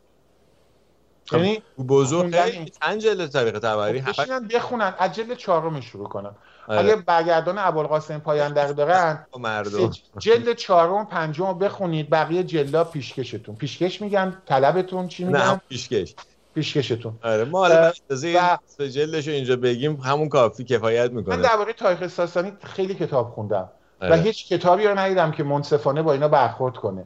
یعنی بزرگ چند جلد تاریخ طبری بشینن بخونن، از جلد چهارم شروع کنن. اگه برگردان ابوالقاسم پایندر دارن جلد چهارم پنجم رو بخونید، بقیه جلدا پیشکشتون. پیشکش میگن طلبتون چی میگن؟ نه پیشکش. پیشکشتون. آره ما حالا اندازه و... جلدشو اینجا بگیم همون کافی کفایت میکنه. من درباره تاریخ ساسانی خیلی کتاب خوندم و هیچ کتابی رو ندیدم که منصفانه با اینا برخورد کنه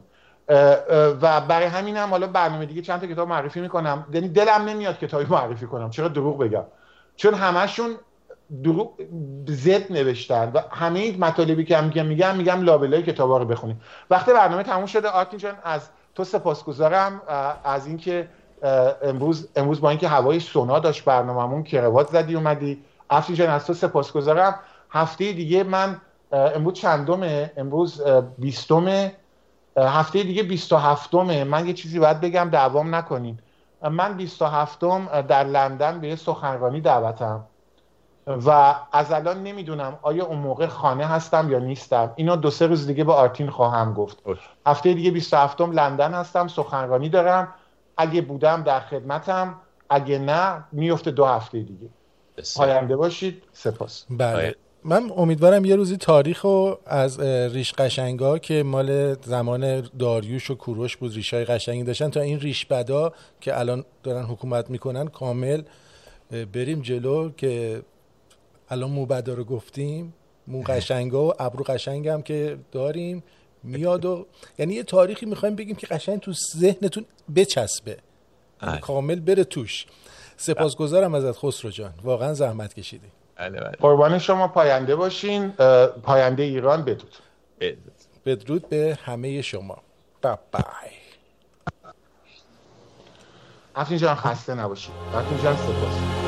و برای همینم حالا برنامه دیگه چند تا کتاب معرفی میکنم. یعنی دلم نمیاد کتابی معرفی کنم، چرا دروغ بگم، چون همشون دروغ زد نوشتن و همه مطالبی که میگم میگم میگم لابلای کتابا رو بخونید. وقتی برنامه تموم شده آرتین جان از تو سپاسگزارم از اینکه امروز امروز با اینکه هوای سونا داشت برنامه‌مون کراوات زدی اومدی. افشین جان از تو سپاسگزارم. هفته دیگه من امروز چندمه؟ امروز بیستمه. هفته دیگه بیست و هفتمه. من یه چیزی باید بگم دعوام نکنین. من بیست و هفتم در لندن به یه سخنرانی دعوتم و از الان نمیدونم آیا اون موقع خانه هستم یا نیستم. اینو دو سه روز دیگه به آرتین خواهم گفت. اوش. هفته دیگه بیست و هفتم لندن هستم، سخنرانی دارم. اگه بودم در خدمتم، اگه نه میفته دو هفته دیگه. پاینده باشید. سپاس. بله. من امیدوارم یه روزی تاریخو از ریش قشنگا که مال زمان داریوش و کوروش بود، ریشای قشنگی داشتن، تا این ریش بدا که الان دارن حکومت میکنن کامل بریم جلو. که الان موبدا رو گفتیم، مو قشنگا و ابرو قشنگ هم که داریم میاد و یعنی یه تاریخی میخوایم بگیم که قشنگ تو ذهنتون بچسبه، کامل بره توش. سپاسگزارم ازت خسرو جان، واقعا زحمت کشیدی. بله بله. قربان شما پاینده باشین. پاینده ایران. بدرود. بدرود. بدرود به همه شما. بای بای. افشین جان خسته نباشید. افشین جان سپاس.